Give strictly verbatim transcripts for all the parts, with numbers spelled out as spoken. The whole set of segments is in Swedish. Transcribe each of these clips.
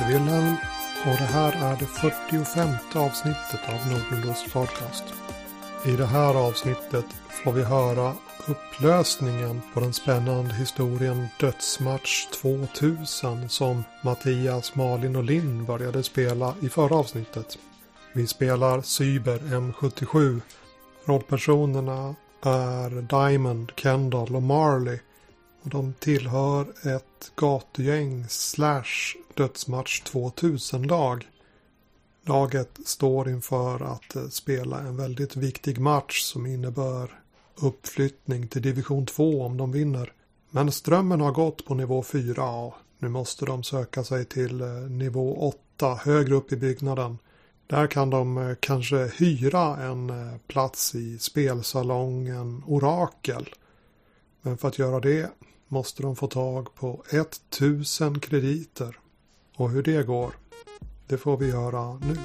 heter Wilhelm och det här är det fyrtiofemte avsnittet av Nordendos podcast. I det här avsnittet får vi höra upplösningen på den spännande historien Dödsmatch tvåtusen som Mattias, Malin och Linn började spela i förra avsnittet. Vi spelar Cyber M sjuttiosju. Rollpersonerna är Diamond, Kendall och Marley. Och de tillhör ett gatugäng slash Dödsmatch tvåtusen-lag. Laget står inför att spela en väldigt viktig match som innebär uppflyttning till division två om de vinner. Men strömmen har gått på nivå fyra och nu måste de söka sig till nivå åtta högre upp i byggnaden. Där kan de kanske hyra en plats i spelsalongen Orakel. Men för att göra det måste de få tag på tusen krediter. Och hur det går, det får vi göra nu.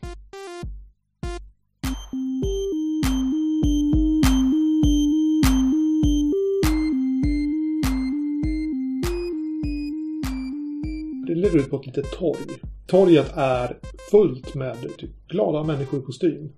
Det leder ut på ett litet torg. Torget är fullt med typ glada människor i kostym.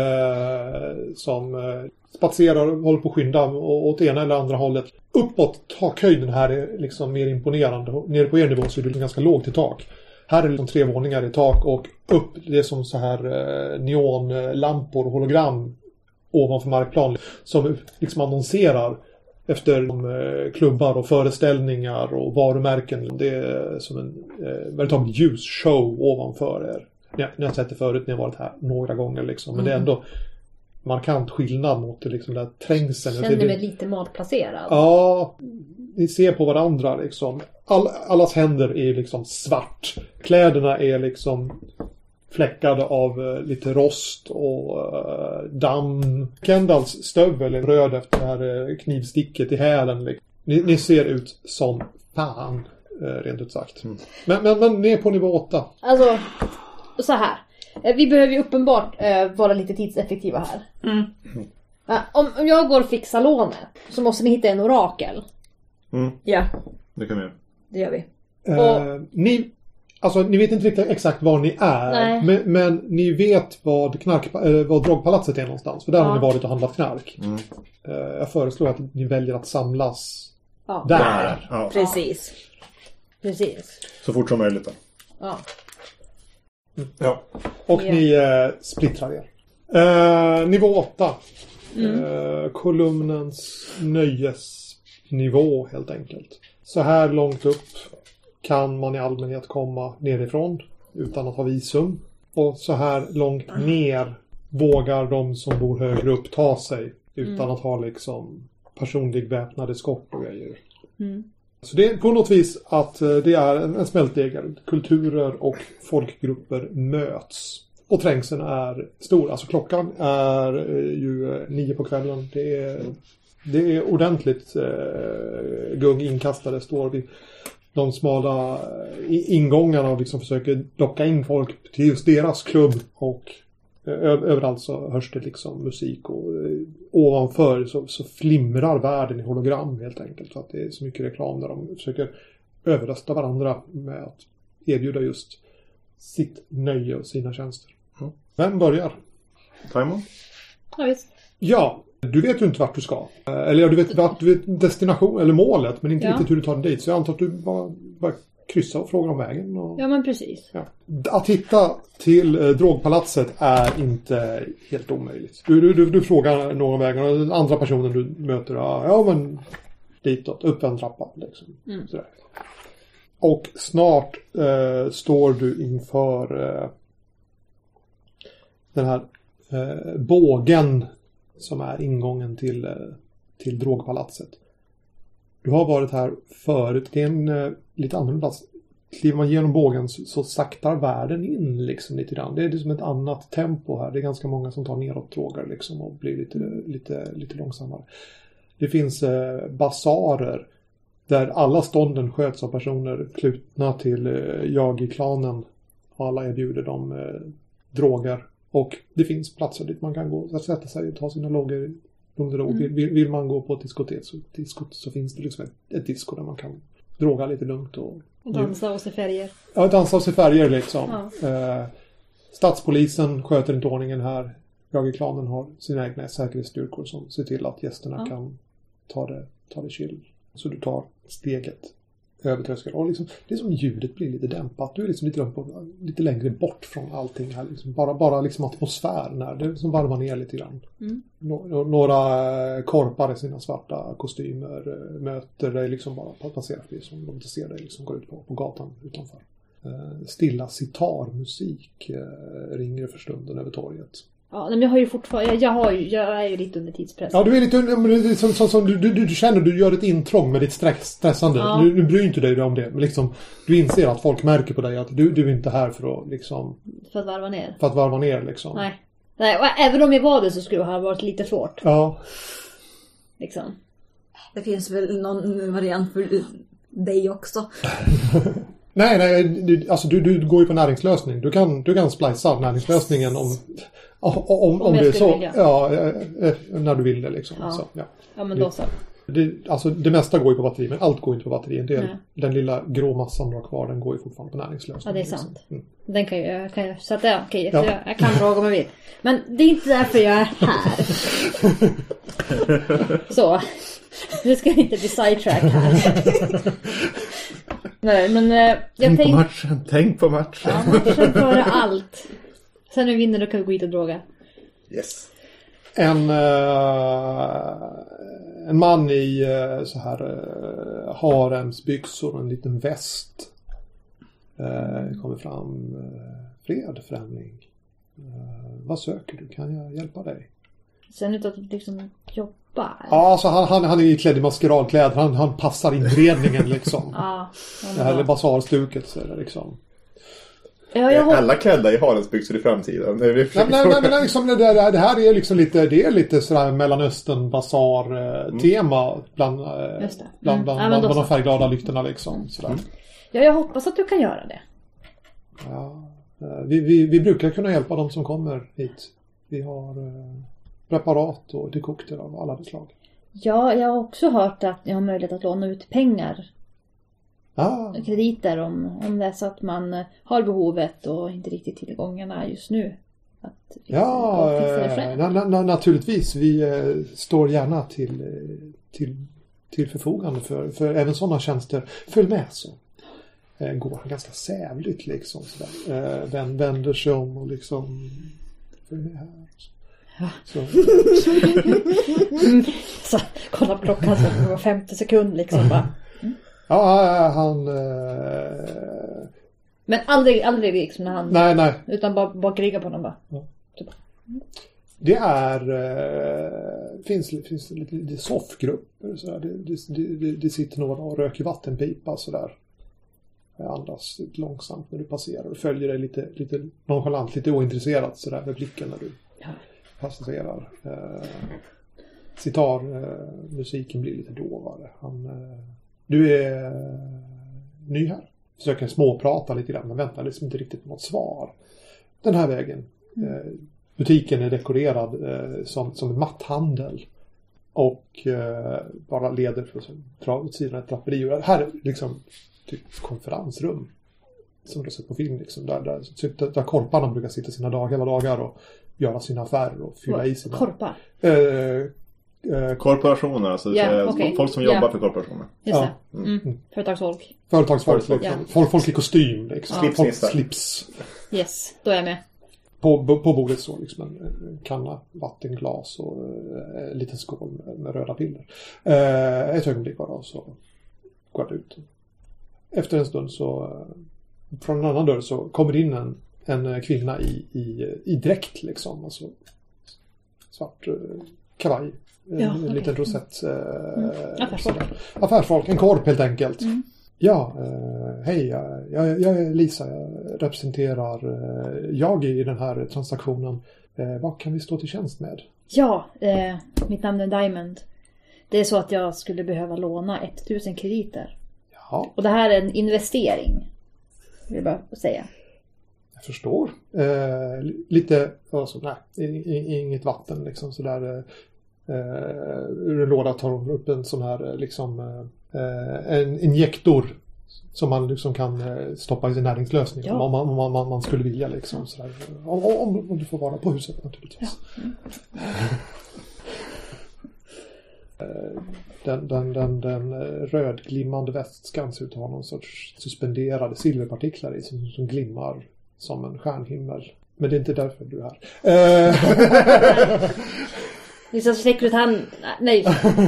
Eh, som eh, spatserar och håller på att skynda åt ena eller andra hållet. Uppåt takhöjden här är liksom mer imponerande. Nere på er nivå så är det ganska lågt i tak. Här är det liksom tre våningar i tak och upp det är som så här eh, neonlampor och hologram ovanför markplan som liksom annonserar efter eh, klubbar och föreställningar och varumärken. Det är som en eh, veritabel ljusshow ovanför er. Ni har, ni har sett det förut, ni har varit här några gånger liksom. Men mm. det är ändå markant skillnad mot liksom den där trängseln. Känner mig lite malplacerad. Ja, ni ser på varandra liksom. All, allas händer är liksom svart. Kläderna är liksom fläckade av uh, lite rost och uh, damm. Kendalls stövel är röd efter det här uh, knivsticket i hälen. Liksom. Ni, ni ser ut som fan, uh, rent ut sagt. Mm. Men, men, men ni är på nivå åtta. Alltså, så här. Vi behöver ju uppenbart uh, vara lite tidseffektiva här. Mm. Uh, om, om jag går och fixar lånet så måste ni hitta en orakel. Mm. Ja. Det kan vi göra. Det gör vi. Uh, och... Ni... Alltså, ni vet inte riktigt exakt var ni är. Men, men ni vet vad, knark, äh, vad drogpalatset är någonstans. För där ja. har ni varit och handlat knark. Mm. Uh, jag föreslår att ni väljer att samlas ja. där. där. Ja. Precis. Precis. Så fort som möjligt då. Ja. Mm. Ja. Och yeah. ni uh, splittrar er. Uh, nivå åtta. Mm. Uh, kolumnens nöjesnivå helt enkelt. Så här långt upp kan man i allmänhet komma nerifrån utan att ha visum. Och så här långt ner vågar de som bor högre upp ta sig utan mm. att ha liksom personlig väpnade skott och grejer. Mm. Så det är på något vis att det är en, en smältdegel. Kulturer och folkgrupper möts. Och trängseln är stor. Alltså klockan är ju nio på kvällen. Det är, det är ordentligt eh, gung inkastade står vi. De smala ingångarna och liksom försöker locka in folk till just deras klubb och överallt så hörs det liksom musik och ovanför så, så flimrar världen i hologram helt enkelt så att det är så mycket reklam där de försöker överrösta varandra med att erbjuda just sitt nöje och sina tjänster. Mm. Vem börjar? Simon? Ja, visst. Ja, du vet ju inte vart du ska. Eller du vet vart du vet destination eller målet, men inte ja. riktigt hur du tar dig dit. Så jag antar att du bara, bara kryssar och frågar om vägen. Och... Ja, men precis. Ja. Att hitta till eh, drogpalatset är inte helt omöjligt. Du, du, du, du frågar någon vägen och den andra personen du möter, ja men ditåt, upp en trappa. Liksom. Mm. Sådär. Och snart eh, står du inför eh, den här eh, bågen som är ingången till, till drogpalatset. Du har varit här förut. Det är en uh, lite annorlunda plats. Kliver man genom bågen så, så saktar världen in liksom lite grann. Det är liksom ett annat tempo här. Det är ganska många som tar neråt droger liksom och blir lite, lite, lite långsammare. Det finns uh, basarer där alla stånden sköts av personer knutna till uh, jag-klanen. Och alla erbjuder dem uh, droger. Och det finns platser dit man kan gå och sätta sig och ta sina logger lugn och ro. Mm. Vill, vill man gå på ett diskotek så, diskot, så finns det liksom ett, ett disko där man kan droga lite lugnt. Och, och dansa och se färger. Ja, dansa och se färger liksom. Ja. Eh, stadspolisen sköter inte ordningen här. Jagerklanen har sina egna säkerhetsstyrkor som ser till att gästerna ja. kan ta det, ta det chill. Så du tar steget över tröskeln. Och liksom, det är som ljudet blir lite dämpat. Du är liksom lite, lite längre bort från allting här. Liksom bara bara liksom atmosfären här. Det är som varvar ner lite grann. Mm. Några korpar i sina svarta kostymer möter dig liksom bara passerar förbi som de inte ser dig liksom går ut på, på gatan utanför. Stilla sitarmusik ringer för stunden över torget. Ja, men jag har ju fortfarande, jag, jag, har ju, jag är ju lite under tidspress. Ja, du är lite under, som, som, som du, du, du känner, du gör ett intrång med ditt stress, stressande. Ja. Du, du bryr inte dig om det, men liksom, du inser att folk märker på dig att du, du är inte här för att liksom... För att varva ner. För att varva ner, liksom. Nej. Nej, och även om jag var det så skulle det ha varit lite svårt. Ja. Liksom. Det finns väl någon variant för dig också. Nej, nej, du, alltså du, du går ju på näringslösning. Du kan, du kan splicea näringslösningen om... Om, om, om det är så, vilja. Ja, när du vill det liksom. Ja, så, ja. ja men då så. Det, alltså det mesta går ju på batteri, men allt går inte på batteri. En del, den lilla grå massan du har kvar, den går ju fortfarande på näringslösning. Ja, det är sant. Liksom. Mm. Den kan ju, kan jag, så att ja, okej, ja. jag, jag kan fråga om jag vill. Men det är inte därför jag är här. Så, nu ska vi inte bli sidetrack här. Nej, men jag tänk tänk... på matchen, tänk på matchen. Ja, matchen före allt. Sen när vi vinner då kan vi gå hit och droga. Yes. En, uh, en man i uh, så här uh, haremsbyxor och en liten väst uh, kommer fram. Uh, fred, främling. Uh, vad söker du? Kan jag hjälpa dig? Sen ut att liksom jobba. Ja, alltså han, han, han är ju klädd i maskeradkläder. Han, han passar inredningen liksom. Ja, det här är basarstuket så är det liksom. Ja, jag har... Alla klädda i harensbyxor i framtiden. Nej, nej, nej, nej, men liksom, det, det här är liksom lite, det är lite sådär Mellanöstern basar eh, tema mm. bland, eh, Just det. Mm. bland, bland, ja, bland, bland de färgglada lyktorna liksom. Sådär. Mm. Ja, jag hoppas att du kan göra det. Ja, eh, vi, vi, vi brukar kunna hjälpa dem som kommer hit. Vi har eh, preparat och dekokter av alla slag. Ja, jag har också hört att jag har möjlighet att låna ut pengar. Ah. Krediter om, om det är så att man har behovet och inte riktigt tillgångarna just nu. Att ja, äh, na, na, naturligtvis. Vi äh, står gärna till, till, till förfogande för, för även sådana tjänster. Följ med så. Äh, går han ganska sävligt liksom. Sådär. Äh, vänd, vänder sig om och liksom följ med här. Så. mm. Så kolla på klockan så det var femtio sekunder liksom bara. Mm. Ja, han... Eh... Men aldrig, aldrig liksom när han... Nej, nej. Utan bara, bara kriga på honom bara. Ja. Typ. Mm. Det är... Eh, finns, finns lite, lite soffgrupper. Så det, det, det, det sitter några och röker vattenpipa sådär. Andas långsamt när du passerar. Och följer dig lite, lite nonchalant, lite ointresserat sådär med blicken när du ja. passerar. Eh, sitar, eh, musiken blir lite dovare. Han... Eh, Du är ny här. Försöker småprata lite grann men väntar liksom inte riktigt på något svar. Den här vägen. Mm. Eh, butiken är dekorerad eh, som, som en matthandel. Och eh, bara leder för att dra åt sidan ett draperi. Och här är liksom typ konferensrum. Som du har sett på film. Liksom, där, där, där korparna brukar sitta sina dagar, hela dagar och göra sina affärer och fylla i sina... Korpar? Eh, Korporationer, alltså yeah, okay. folk som jobbar yeah. för korporationer. Just det. Ja. Mm. Mm. Företagsfolk. Företagsfolk, liksom. yeah. folk, folk i kostym. Liksom. Ja. Folk slips. Yes, då är jag med. På, på bordet så liksom en kanna, vattenglas och en liten skål med, med röda piller. Eh, ett ögonblick bara och så går det ut. Efter en stund så från en annan dörr så kommer in en, en kvinna i, i, i dräkt liksom. Alltså svart kavaj. Ja, en okay. liten rosett. Eh, mm. Affärsfolk. Affärsfolk, en korp helt enkelt. Mm. Ja, eh, hej, jag, jag, jag är Lisa, jag representerar eh, jag i den här transaktionen. Eh, vad kan vi stå till tjänst med? Ja, eh, mitt namn är Diamond. Det är så att jag skulle behöva låna tusen krediter. Ja. Och det här är en investering, vill jag bara säga. Jag förstår. Eh, lite, alltså, nej, inget vatten liksom sådär. Eh, ur en låda tar hon upp en sån här liksom eh, en injektor som man liksom kan eh, stoppa i sin näringslösning Ja. om, man, om man, man skulle vilja liksom sådär. Om, om, om du får vara på huset naturligtvis. Ja. Mm. Den, den, den, den rödglimmande vätskan ser ut att ha någon sorts suspenderade silverpartiklar i som, som glimmar som en stjärnhimmel. Men det är inte därför du är här. Eh, Det är så sekreteraren... Nej.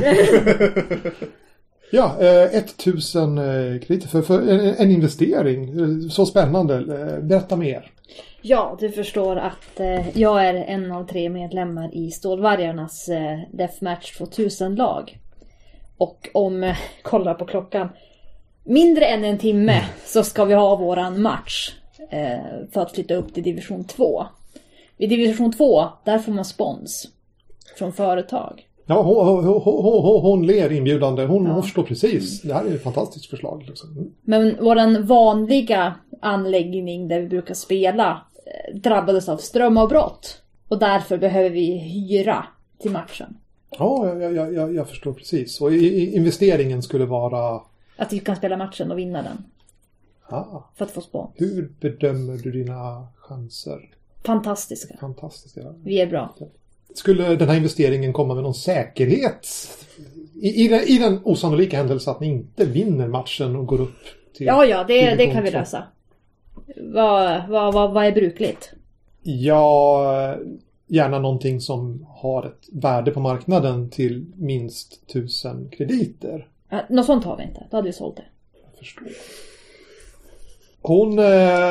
ja, eh, tusen eh, krediter för, för en, en investering. Eh, Så spännande. Eh, berätta mer. Ja, du förstår att eh, jag är en av tre medlemmar i Stålvargarnas eh, Deathmatch tvåtusen-lag. Och om, eh, kollar på klockan, mindre än en timme så ska vi ha våran match eh, för att flytta upp till division två. I division två, där får man spons från företag. Ja, hon, hon, hon, hon, hon ler inbjudande. Hon, Ja. hon förstår precis. Det här är ett fantastiskt förslag. Liksom. Mm. Men våran vanliga anläggning där vi brukar spela eh, drabbades av strömavbrott. Och därför behöver vi hyra till matchen. Ja, jag, jag, jag, jag förstår precis. Och i, i, investeringen skulle vara... Att vi kan spela matchen och vinna den. Ah, För att få spons. hur bedömer du dina chanser? Fantastiska. Fantastiska. Vi är bra. Skulle den här investeringen komma med någon säkerhet? I, i, den, i den osannolika händelse att ni inte vinner matchen och går upp till... Ja, ja, det, till det kan vi division lösa. Vad, vad, vad, vad är brukligt? Ja, gärna någonting som har ett värde på marknaden till minst tusen krediter. Ja, något sånt har vi inte. Då hade vi sålt det. Jag förstår. Hon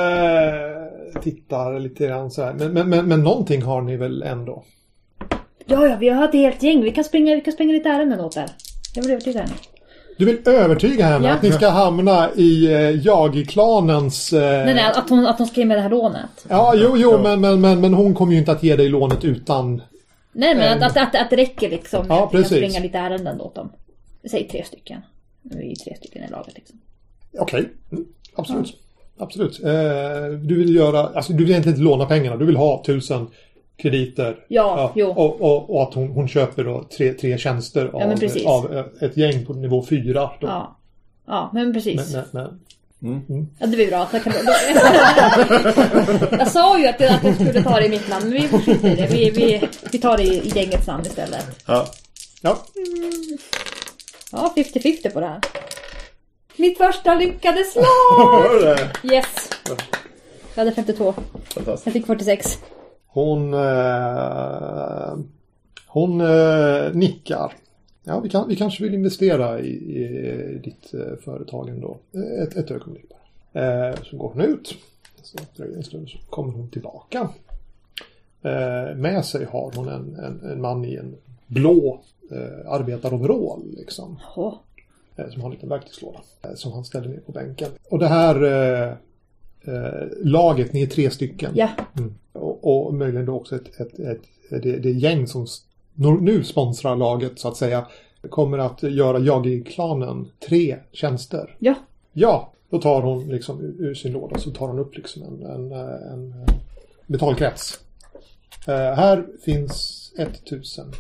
eh, tittar lite grann så här. Men, men, men, men någonting har ni väl ändå? Ja, ja, vi har ett helt gäng. Vi kan springa, vi kan springa lite ärenden åt er. Jag vill övertyga henne. Du vill övertyga henne Ja. att ni ska hamna i eh, jag-klanens... Eh... Nej, nej, att hon, att hon ska ge med det här lånet. Ja, jo, jo, men, men, men, men hon kommer ju inte att ge dig lånet utan... Nej, men Ähm. att, att, att, att det räcker liksom. Ja, att vi kan precis. springa lite ärenden åt dem. Säg tre stycken. Vi är ju tre stycken i laget liksom. Okej, mm, absolut. Absolut. Eh, du vill göra... Alltså, du vill egentligen inte låna pengarna. Du vill ha tusen krediter. Ja, jo. Och, och, och att hon, hon köper då tre, tre tjänster Ja, men av, precis. av ett gäng på nivå fyra. Då. Ja. Ja, men precis. Men, men, men. Ja, det blir bra. Jag, kan... jag sa ju att jag, att jag skulle ta det i mitt namn, men vi skiter i det. Vi, vi, vi tar det i, i gängets namn istället. Ja. Ja. Ja, femtio femtio på det här. Mitt första lyckade slag! Var det? Yes. Jag hade femtiotvå. Fantastiskt. Jag fick fyrtiosex. Hon... Eh, hon eh, nickar. Ja, vi, kan, vi kanske vill investera i, i ditt eh, företag ändå. Ett, ett ögonblick bara. Eh, så går hon ut. Så dröjer en stund så kommer hon tillbaka. Eh, med sig har hon en, en, en man i en blå eh, arbetaroverall liksom. Oh. Eh, som har en liten verktygslåda. Eh, som han ställer ner på bänken. Och det här eh, eh, laget, ni är tre stycken. Ja. Mm. Och, och möjligen då också ett, ett, ett, det, det gäng som nu sponsrar laget så att säga kommer att göra jag-klanen tre tjänster. Ja. Ja, då tar hon liksom ur, ur sin låda så tar hon upp liksom en, en, en betalkrets. Uh, här finns tusen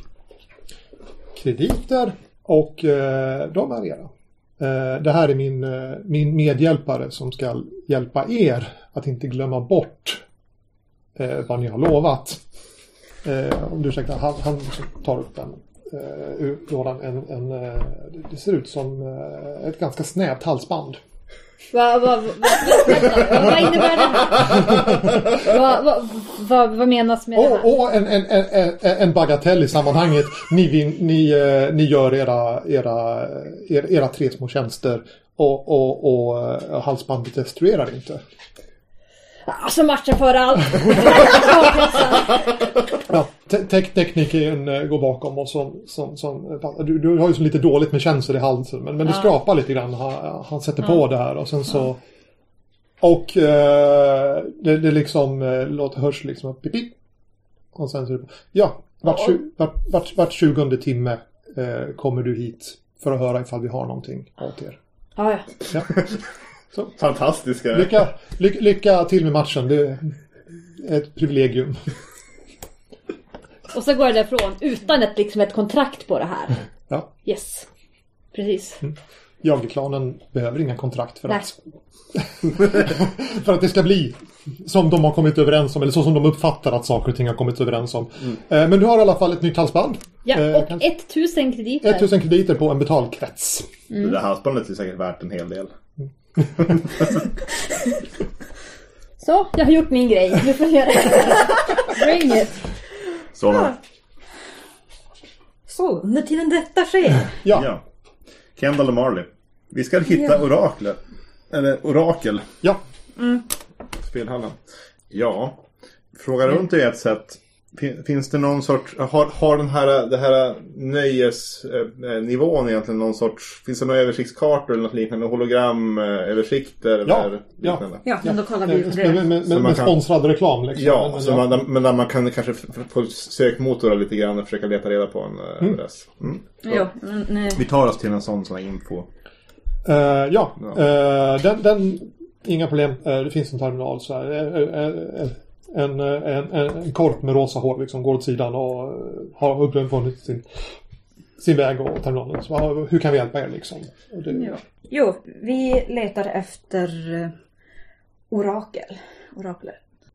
krediter och uh, de är era. Uh, det här är min, uh, min medhjälpare som ska hjälpa er att inte glömma bort uh, vad ni har lovat. Uh, om du ursäktar, han, han tar upp en uh, ur lådan en, en uh, det ser ut som uh, ett ganska snävt halsband. Vad va, va, va, va innebär det här? Vad va, va, va menas med det här? Och, och en, en, en, en bagatell i sammanhanget. Ni, vin, ni, ni gör era, era, era, era tre små tjänster och, och, och halsbandet destruerar inte. Alltså matchen för allt. Ja, te- te- tekniken går bakom och som, som, som du, du har ju så lite dåligt med känsel i halsen men, men det Ja. skrapar lite grann. Han, han sätter på Ja. det här och sen så ja. och eh, det, det liksom eh, låter hörs liksom pip, pip. Och sen så ja, vart, Ja. tju- vart, vart, vart tjugonde timme eh, kommer du hit för att höra ifall vi har någonting åt er. Ja, ja. Ja. Så. Fantastiska. Lycka, lycka, lycka till med matchen. Det är ett privilegium. Och så går jag därifrån utan ett, liksom ett kontrakt på det här. Ja. Yes. Precis. Jagerklanen behöver inga kontrakt för att för att det ska bli som de har kommit överens om, eller så som de uppfattar att saker och ting har kommit överens om. Mm. Eh, men du har i alla fall ett nytt halsband. Ja, eh, och kan... tusen krediter. tusen krediter på en betalkrets. Mm. Det där halsbandet är säkert värt en hel del. Mm. Så, jag har gjort min grej. Du får göra det. Bring it. Så. Ja. Så, under tiden detta sker. Ja. ja. Kendall och Marley. Vi ska hitta ja. orakler. Eller orakel. Ja. Mm. Spelhallen. Ja. Fråga runt i ett sätt. Finns det någon sorts... Har, har den här, det här nöjesnivån egentligen någon sorts... Finns det några översiktskartor eller något liknande? Hologramöversikter? Ja. Eller ja. ja, men då kollar vi det. Med, med, med, med sponsrad reklam liksom. Ja, men, så ja. Man, men där man kan kanske på sökmotorer lite grann och försöka leta reda på en mm. adress. Mm. Jo, men, nej. Vi tar oss till en sån sån här info. Uh, ja, ja. Uh, den, den... Inga problem. Uh, det finns en terminal så här. Uh, uh, uh, En, en, en korp med rosa hår liksom går åt sidan och har uppfunnit sin, sin väg och terminalen. Så, hur kan vi hjälpa er liksom? Det... Jo. jo, vi letar efter orakel. Orakler.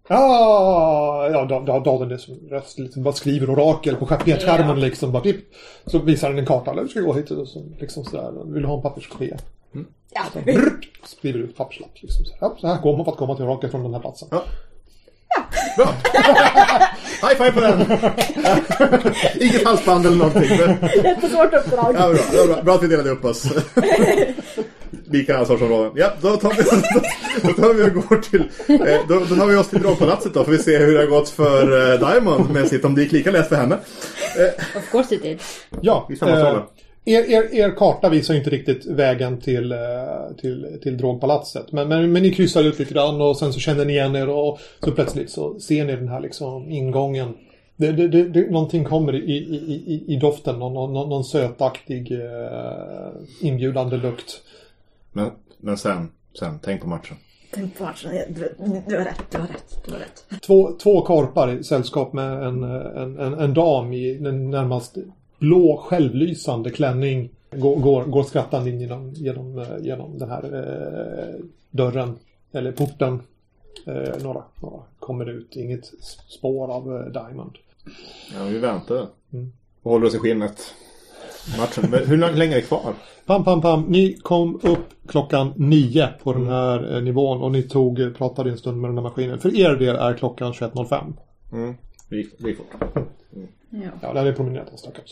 Ah, ja, då, då, då den är som röst liksom bara skriver orakel på skärmen ja. liksom. Bara, typ, så visar den en karta. Eller, vi ska gå hit och så, liksom sådär. Vill du ha en papperskopia? Mm. Ja. Så, brrrt, skriver ut papperslapp. Liksom, så, ja, så här går man för att komma till orakel från den här platsen. Ja. Bra! High five på den! Inget halsband eller någonting. Jättesvårt uppdrag. Ja, bra, bra, bra. Bra att vi delade upp oss. Lika ansvarsområden. Ja, då tar vi, då, då tar vi och går till... Då, då tar vi oss till dragpalatset då. Får vi se hur det har gått för uh, Diamond med sitt, om det gick lika lätt för henne. Uh, of course it did. Ja, uh, er, er, er karta visar inte riktigt vägen till, till, till drogpalatset. Men, men, men ni kryssar ut lite grann och sen så känner ni igen er och så plötsligt så ser ni den här liksom ingången. Det, det, det, det, någonting kommer i, i, i, i doften, någon, någon, någon sötaktig uh, inbjudande lukt. Men, men sen, sen, tänk på matchen. Tänk på matchen, du, du har rätt, du har rätt, du har rätt. Två, två korpar i sällskap med en, en, en, en dam i den närmast blå självlysande klänning går, går, går skrattande in genom, genom, genom den här eh, dörren eller porten. Eh, några, några kommer ut, inget spår av eh, Diamond. Ja, vi väntar. Mm. Och håller oss i skinnet. Matchen. Men hur länge är det kvar? Pam, pam, pam. Ni kom upp klockan nio på den här mm. nivån och ni tog, pratade en stund med den här maskinen. För er del är klockan tjugoett noll fem. Mm. Vi, vi är fort. Mm. Ja. ja, det är promenerat en stackars.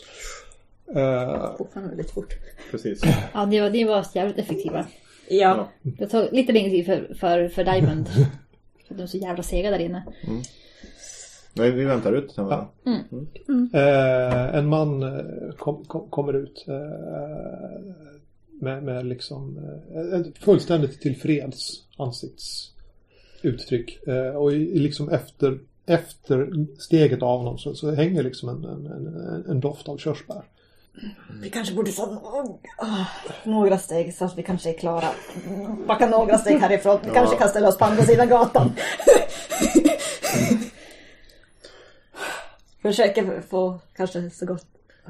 Uh, Fortfarande väldigt fort. Precis. Ja, det var, det var jävligt effektiva. Ja. Det tog lite längre tid för, för, för Diamond. För de är så jävla sega där inne. Mm. Nej, vi väntar ut. Ja. Mm. Mm. Mm. Uh, en man kom, kom, kommer ut uh, med, med liksom uh, ett fullständigt tillfreds ansiktsuttryck. Uh, och i, liksom efter efter steget av honom så, så hänger liksom en, en, en, en doft av körsbär. Vi kanske borde ta oh, några steg så att vi kanske är klara. Backa några steg härifrån. Vi ja. kanske kan ställa oss på andra sidan gatan. Försöker få kanske så gott.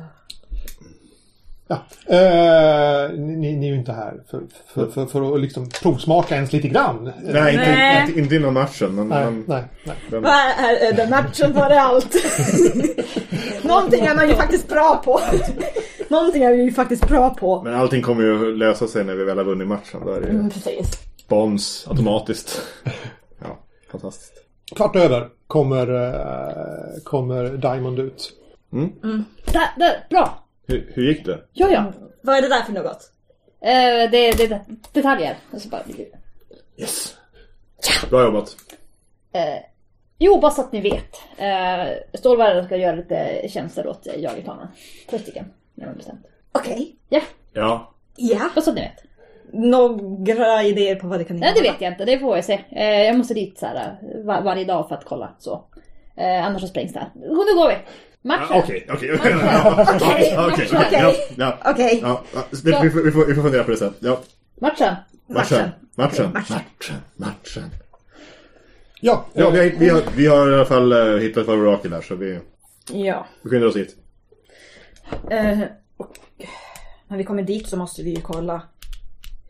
Ja, eh, ni, ni är ju inte här för, för, för, för att liksom provsmaka ens lite grann. Nej, nej. Inte, inte inom matchen. Men, nej, men, nej, nej. Den... Vad är det? Matchen var det allt. Någonting är man ju faktiskt bra på. Någonting är vi ju faktiskt bra på. Men allting kommer ju lösa sig när vi väl har vunnit matchen. Där är det mm, precis. Spons automatiskt. Ja, fantastiskt. Kvart över kommer, äh, kommer Diamond ut. Mm. Mm. Där, där, bra. Hur, hur gick det? Ja, ja. Vad är det där för något? Uh, det är det, detaljer. Alltså bara... Yes. Bra jobbat. Uh, jo, bara så att ni vet. Uh, Stålvärden ska göra lite tjänster åt uh, Jagerklanen. Tre stycken. Okej. Okay. Ja. Ja. Ja. Bara så att ni vet. Några idéer på vad det kan innebära? Nej, det vet jag inte. Det får jag se. Uh, jag måste dit så här, var, varje dag för att kolla. Så. Uh, annars så sprängs det här. Nu går vi. Matchen. Okej, okej. Okej, okej. Okej. Vi får fundera på det sen. Ja. Matchen. Matchen. Matchen. Matchen. Matchen. Ja, ja vi, har, vi, har, vi har i alla fall uh, hittat vår orakel här så vi, ja. vi skyndar oss hit. Uh, och, när vi kommer dit så måste vi ju kolla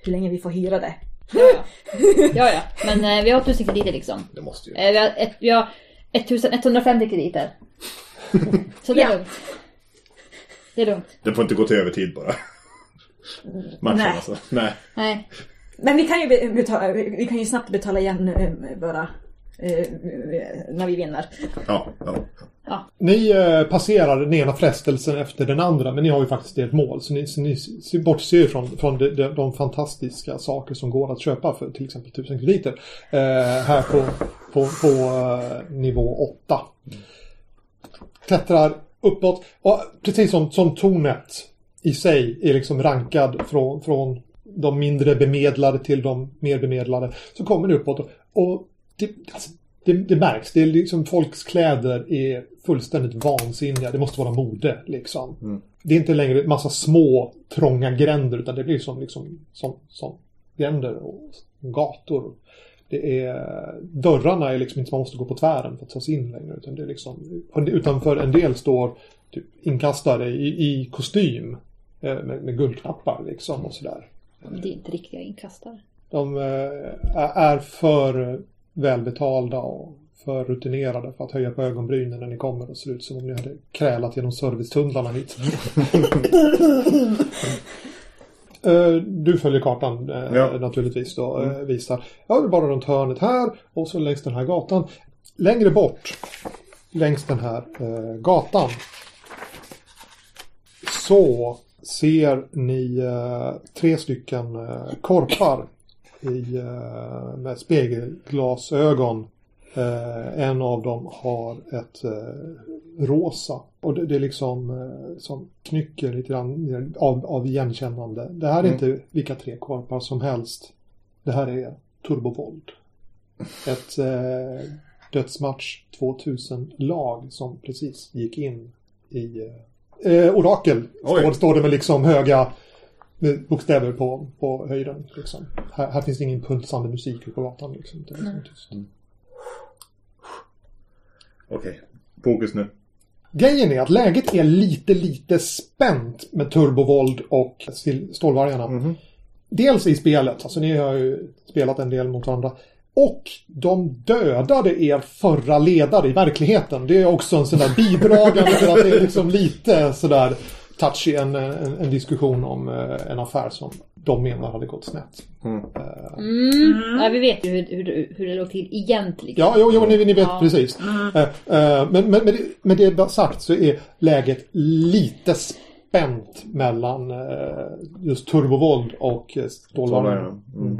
hur länge vi får hyra det. Ja, ja. ja, ja. Men eh, vi har tusen krediter liksom. Det måste ju. Eh, vi har, ett, vi har ettusenetthundrafemtio krediter. Så det är Ja. lugnt. Det är lugnt. Det får inte gå till övertid bara. Matchen Nej. alltså. Nej. Nej. Men vi kan ju, be- betala, vi kan ju snabbt betala igen eh, våra... Eh, när vi vinner. Ja, ja. Ni eh, passerar den ena frestelsen efter den andra, men ni har ju faktiskt ett mål. Så ni, så ni ser- bortser ju från, från de, de, de fantastiska saker som går att köpa för till exempel tusen krediter. Eh, här på, på, på eh, nivå åtta. Klättrar uppåt. Och precis som, som tornet i sig är liksom rankad från, från de mindre bemedlade till de mer bemedlade. Så kommer ni uppåt och, och det, alltså, det, det märks. Det är liksom, folks kläder är fullständigt vansinniga. Det måste vara mode liksom. Mm. Det är inte längre en massa små trånga gränder, utan det blir som, liksom, som, som gränder och gator. Det är, dörrarna är liksom inte, man måste gå på tvären för att ta sig in längre, utan det är liksom, utanför en del står typ inkastare i, i kostym eh, med, med guldknappar liksom och sådär. Det är inte riktiga inkastare. De eh, är för välbetalda och för rutinerade för att höja på ögonbrynen när ni kommer och ser ut som om ni hade krälat genom servicetunnlarna hit. Eh, Du följer kartan eh, Ja. naturligtvis då, eh, visar. Ja, det är bara runt hörnet här och så längs den här gatan. Längre bort, längs den här eh, gatan, så ser ni eh, tre stycken eh, korpar i, eh, med spegelglasögon. Eh, en av dem har ett eh, rosa. Och det, det är liksom eh, som knycker lite grann av, av igenkännande. Det här är Mm. inte vilka tre korpar som helst. Det här är Turbovold. Ett eh, dödsmatch tvåtusen-lag som precis gick in i eh, Orakel. Står, står det med liksom höga bokstäver på, på höjden. Liksom. Här, här finns det ingen pulsande musik på gatan. Liksom. Det är liksom tyst. Mm. Okej, fokus nu. Grejen är att läget är lite, lite spänt med Turbovold och Stålvargarna. Mhm. Dels i spelet, alltså ni har ju spelat en del mot varandra. Och de dödade er förra ledare i verkligheten. Det är också en sån där bidragande till att det är liksom lite sådär touchy en, en, en diskussion om eh, en affär som de menar hade gått snett. Mm. Eh, Mm. Ja, vi vet ju hur, hur, hur det låg till egentligen. Ja, jo, jo ni, ni vet Ja. precis. Eh, eh, men, men, med, det, med det sagt så är läget lite spänt mellan eh, just Turbovold och eh, Stålvargarna. Mm.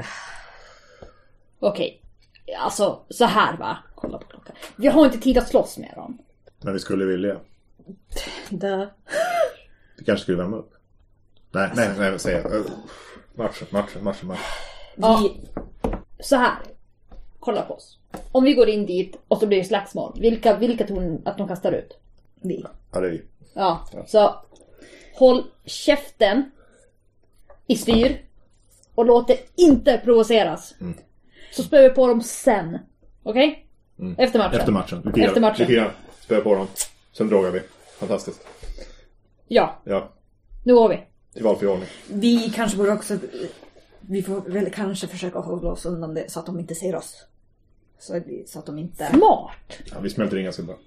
Okej. Alltså, så här va. Kolla på klockan. Vi har inte tid att slåss med dem. Men vi skulle vilja. Dö. Vi kanske skulle värma upp. Nej, nej, nej, säg jag. Matchen, matchen, matchen, matchen. Ja. Vi, Så här. Kolla på oss. Om vi går in dit och så blir det slagsmål. Vilka, vilka tror ni att de kastar ut? vi. Ja, det är vi. Ja, så håll käften i styr och låt det inte provoceras. Mm. Så spöar vi på dem sen. Okej? Mm. Efter matchen. Efter matchen. Vi firar. Efter matchen. Vi firar. Spöar på dem. Sen drogar vi. Fantastiskt. Ja, Ja, nu går vi. till valfri ordning. Vi kanske borde också... Vi får väl kanske försöka hålla oss undan det så att de inte ser oss. Så, så att de inte... Smart. Ja, vi smälter in ganska bra.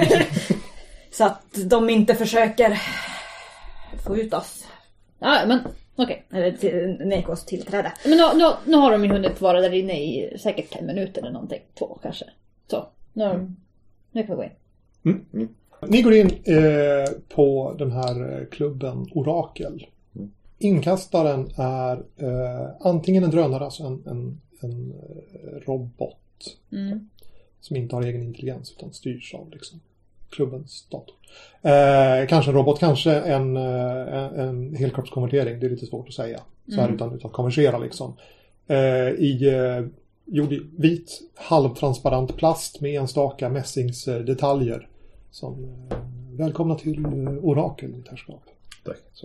Så att de inte försöker få ut oss. Ja, men okej. Eller till, neka oss tillträde. Men nu, nu, nu har de ju hunnit vara där inne i säkert en minut eller någonting. Två kanske. Så, nu, mm. nu kan vi gå in. Mm. Mm. Ni går in eh, på den här klubben Orakel. Mm. Inkastaren är eh, antingen en drönare, alltså en, en, en robot Mm. som inte har egen intelligens utan styrs av liksom, klubbens dator. Eh, kanske en robot, kanske en, en, en helkroppskonvertering. Det är lite svårt att säga. Så här Mm. utan, utan konversera liksom. Eh, I eh, gjord i vit halvtransparent plast med enstaka mässingsdetaljer. Som eh, välkomna till eh, Orakel, mitt herrskap. Tack. Så.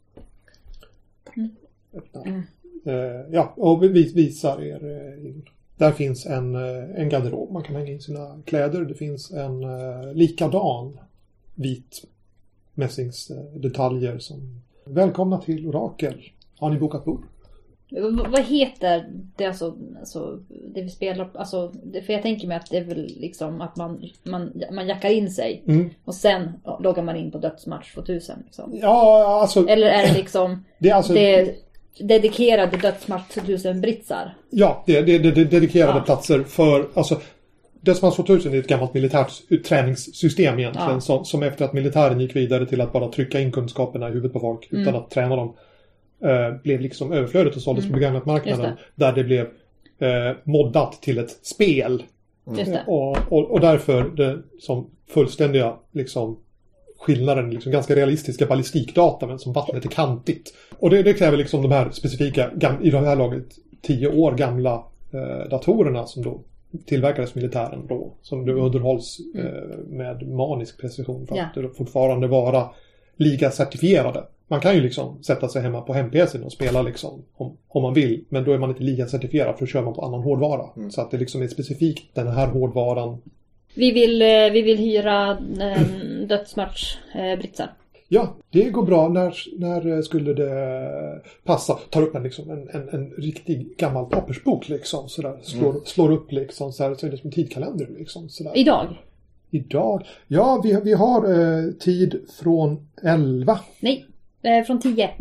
Mm. Öppnar. Mm. Eh, ja, och vi visar er eh, in. Där finns en, eh, en garderob. Man kan hänga in sina kläder. Det finns en eh, likadan vit mässingsdetaljer som välkomna till Orakel. Har ni bokat bord? V- vad heter det alltså, alltså det vi spelar, alltså det, för jag tänker mig att det är väl liksom att man, man, man jackar in sig Mm. och sen loggar man in på Dödsmatch tvåtusen liksom. Ja, alltså... Eller är det liksom Det är alltså... det dedikerade Dödsmatch tvåtusen britsar? Ja, det är det, det, det dedikerade Ja. platser för... Alltså, Dödsmatch tvåtusen är ett gammalt militärt träningssystem egentligen. Ja. Som, som efter att militären gick vidare till att bara trycka in kunskaperna i huvudet på folk Mm. utan att träna dem. Eh, blev liksom överflödet och såldes Mm. på begagnatmarknaden. Just Där det blev eh, moddat till ett spel. Just det. Och, och, och därför det som fullständiga liksom, skillnaden, liksom, ganska realistiska ballistikdata men som vattnet är kantigt. Och det, det kräver liksom de här specifika, gam, i det här laget tio år gamla eh, datorerna som då tillverkades militären då. Som då underhålls eh, med manisk precision för Ja. att det fortfarande vara ligacertifierade. Man kan ju liksom sätta sig hemma på hem-P C:n och spela liksom om, om man vill. Men då är man inte ligacertifierad för att köra man på annan hårdvara. Mm. Så att det liksom är specifikt den här hårdvaran. Vi vill, eh, vi vill hyra eh, Dödsmatch eh, britsar. Ja, det går bra. När, när skulle det passa? Tar upp en, liksom, en, en, en riktig gammal pappersbok liksom. Sådär. Slår, Mm. slår upp liksom. Sådär, så är det som en tidkalender liksom. Sådär. Idag? Idag? Ja, vi, vi har eh, tid från elva. Nej, eh, från tio.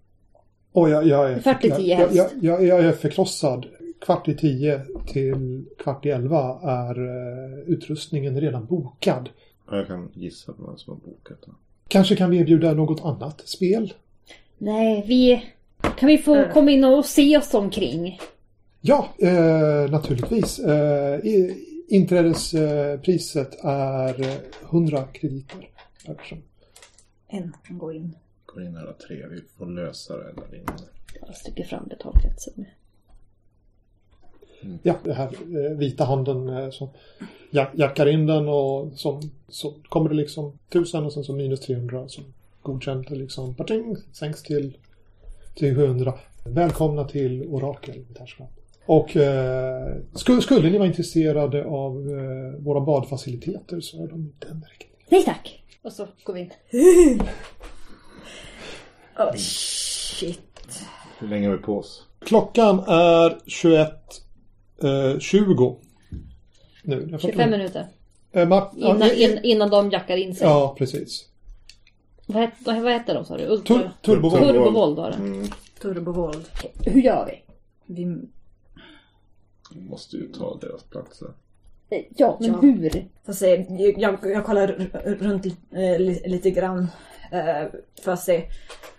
Och jag, jag, är, fyrtio jag, tio jag, helst. jag, jag, jag är förkrossad. Kvart i tio till kvart i elva är eh, utrustningen redan bokad. Jag kan gissa på vem som har bokat det. Kanske kan vi erbjuda något annat spel? Nej, vi... Kan vi få Mm. komma in och se oss omkring? Ja, eh, naturligtvis. Eh, i- inträdespriset är eh, hundra krediter per person. En kan gå in. Går in alla tre, vi får lösa det där inne. Jag sträcker fram betalkretsen. Ja, det här eh, vita handen eh, som jack- jackar in den och som, så kommer det liksom tusen och sen så minus trehundra som godkänt och liksom pating, sänks till, till sjuhundra. Välkomna till Orakel i Tärskamp. Och eh, skulle, skulle ni vara intresserade av eh, våra badfaciliteter så är de inte den riktigt. Nej tack! Och så går vi in. Oh, shit. Hur länge har vi på oss? Klockan är tjugoett tjugo nu. Jag fattar tjugofem inte. minuter. Eh, Mart- ja, Innan, i- i- in, innan de jackar in sig. ja, precis. Vad, heter, vad heter de sa du? Ul- Tur- Turbovolt. Turbovolt var det. Mm. Turbovåld. Hur gör vi? Vi... Vi måste ju ta deras platser. Eh, Ja, men Ja. hur? Får se. Jag, jag kollar r- runt eh, li, lite grann. Eh, för att se.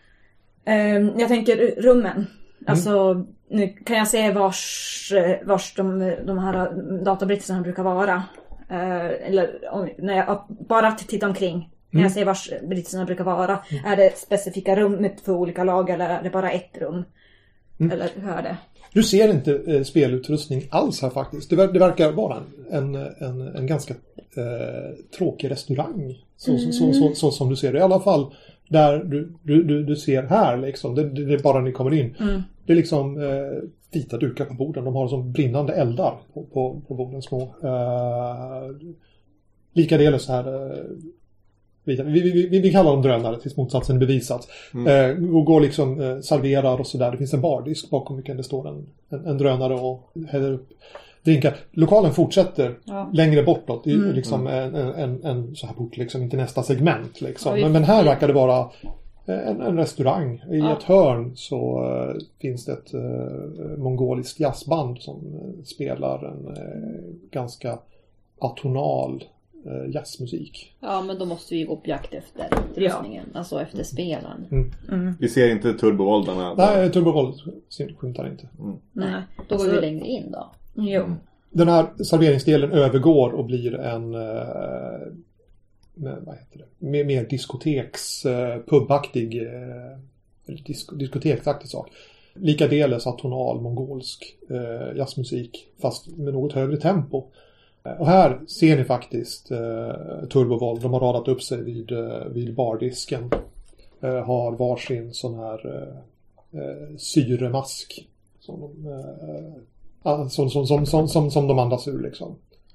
Eh, jag tänker rummen. Alltså, nu kan jag se vars, eh, vars de, de här databritsarna brukar vara. Eh, eller om, när jag bara tittar omkring. När jag ser vars britsarna brukar vara. Är det specifika rummet för olika lag eller är det bara ett rum? Eller hur är det? Du ser inte eh, spelutrustning alls här faktiskt. Det, ver- det verkar vara en, en, en ganska eh, tråkig restaurang. Så, så, så, så, så som du ser det. I alla fall där du, du, du, du ser här liksom. Det, det, det är bara när ni kommer in. Mm. Det är liksom eh, vita dukar på borden. De har som brinnande eldar på, på, på borden små. Eh, Likadels så här... Eh, vita. Vi, vi, vi, vi kallar dem drönare tills motsatsen är bevisat. Mm. Eh, och går liksom eh, serverar och sådär. Det finns en bardisk bakom vilken det står en, en, en drönare och häller upp drinkar. Lokalen fortsätter Ja. längre bortåt. Det är Mm. liksom en, en, en så här bort liksom, inte nästa segment liksom. Ja, vi- men, men här verkar det vara en, en restaurang. I Ja. ett hörn så uh, finns det ett uh, mongoliskt jazzband som uh, spelar en uh, ganska atonal uh, jazzmusik. Ja, men då måste vi gå på jakt efter utrustningen. Alltså efter spelaren. Mm. Vi ser inte turbovoldarna. Nej, Turbovolt skymtar inte. Nej. Då går Så- vi längre in då. Jo. Den här serveringsdelen övergår och blir en uh, med, vad heter det? Mer, mer diskoteks uh, pubaktig uh, disk, diskoteksaktig sak. Likadels atonal mongolsk uh, jazzmusik fast med något högre tempo. Uh, och här ser ni faktiskt uh, Turbovolt. De har radat upp sig vid, uh, vid bardisken. Uh, har varsin sån här uh, uh, syremask som de uh, Ja, som, som, som, som, som, som de andas ur liksom.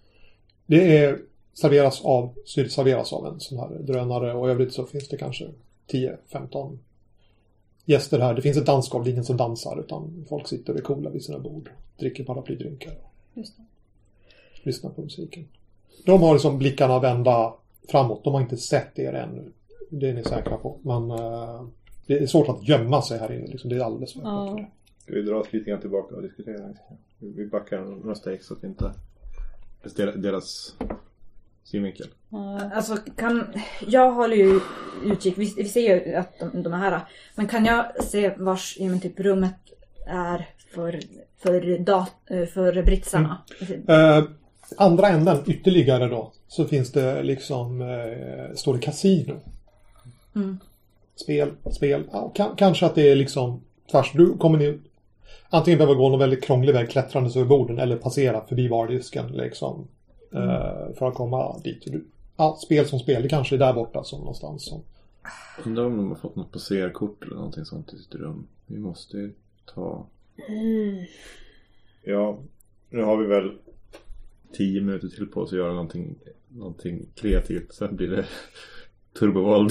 Det är serveras av, serveras av en sån här drönare och övrigt så finns det kanske tio femton gäster här. Det finns ett dansgolv, det är ingen som dansar utan folk sitter och är coola vid sina bord. Dricker paraplydrinkar. Just det. Lyssnar på musiken. De har liksom blickarna vända framåt. De har inte sett er ännu. Det är ni säkra på. Men uh, det är svårt att gömma sig här inne. Liksom. Det är alldeles för Ja. Ska vi dra oss lite grann tillbaka och diskutera? Vi backar några steg så att vi inte presterar deras synvinkel. Ja. Alltså kan, jag håller ju utkik, vi, vi ser ju att de, de är här. Men kan jag se vars ja, men typ rummet är för, för, dat, för britsarna? Uh, andra änden, ytterligare då, så finns det liksom, uh, står det kasino. Mm. Spel, spel. Ja, k- kanske att det är liksom tvärs. Du kommer ni antingen behöver gå någon väldigt krånglig väg klättrandes över borden eller passera förbi bardisken liksom. Mm. Uh, för att komma dit. Du, ja, spel som spel. Det kanske är där borta som någonstans. Som. Undrar om de har fått något passerkort eller någonting sånt i sitt rum. Vi måste ju ta... Mm. Ja, nu har vi väl tio minuter till på oss att göra någonting, någonting kreativt. Sen blir det turbovåld.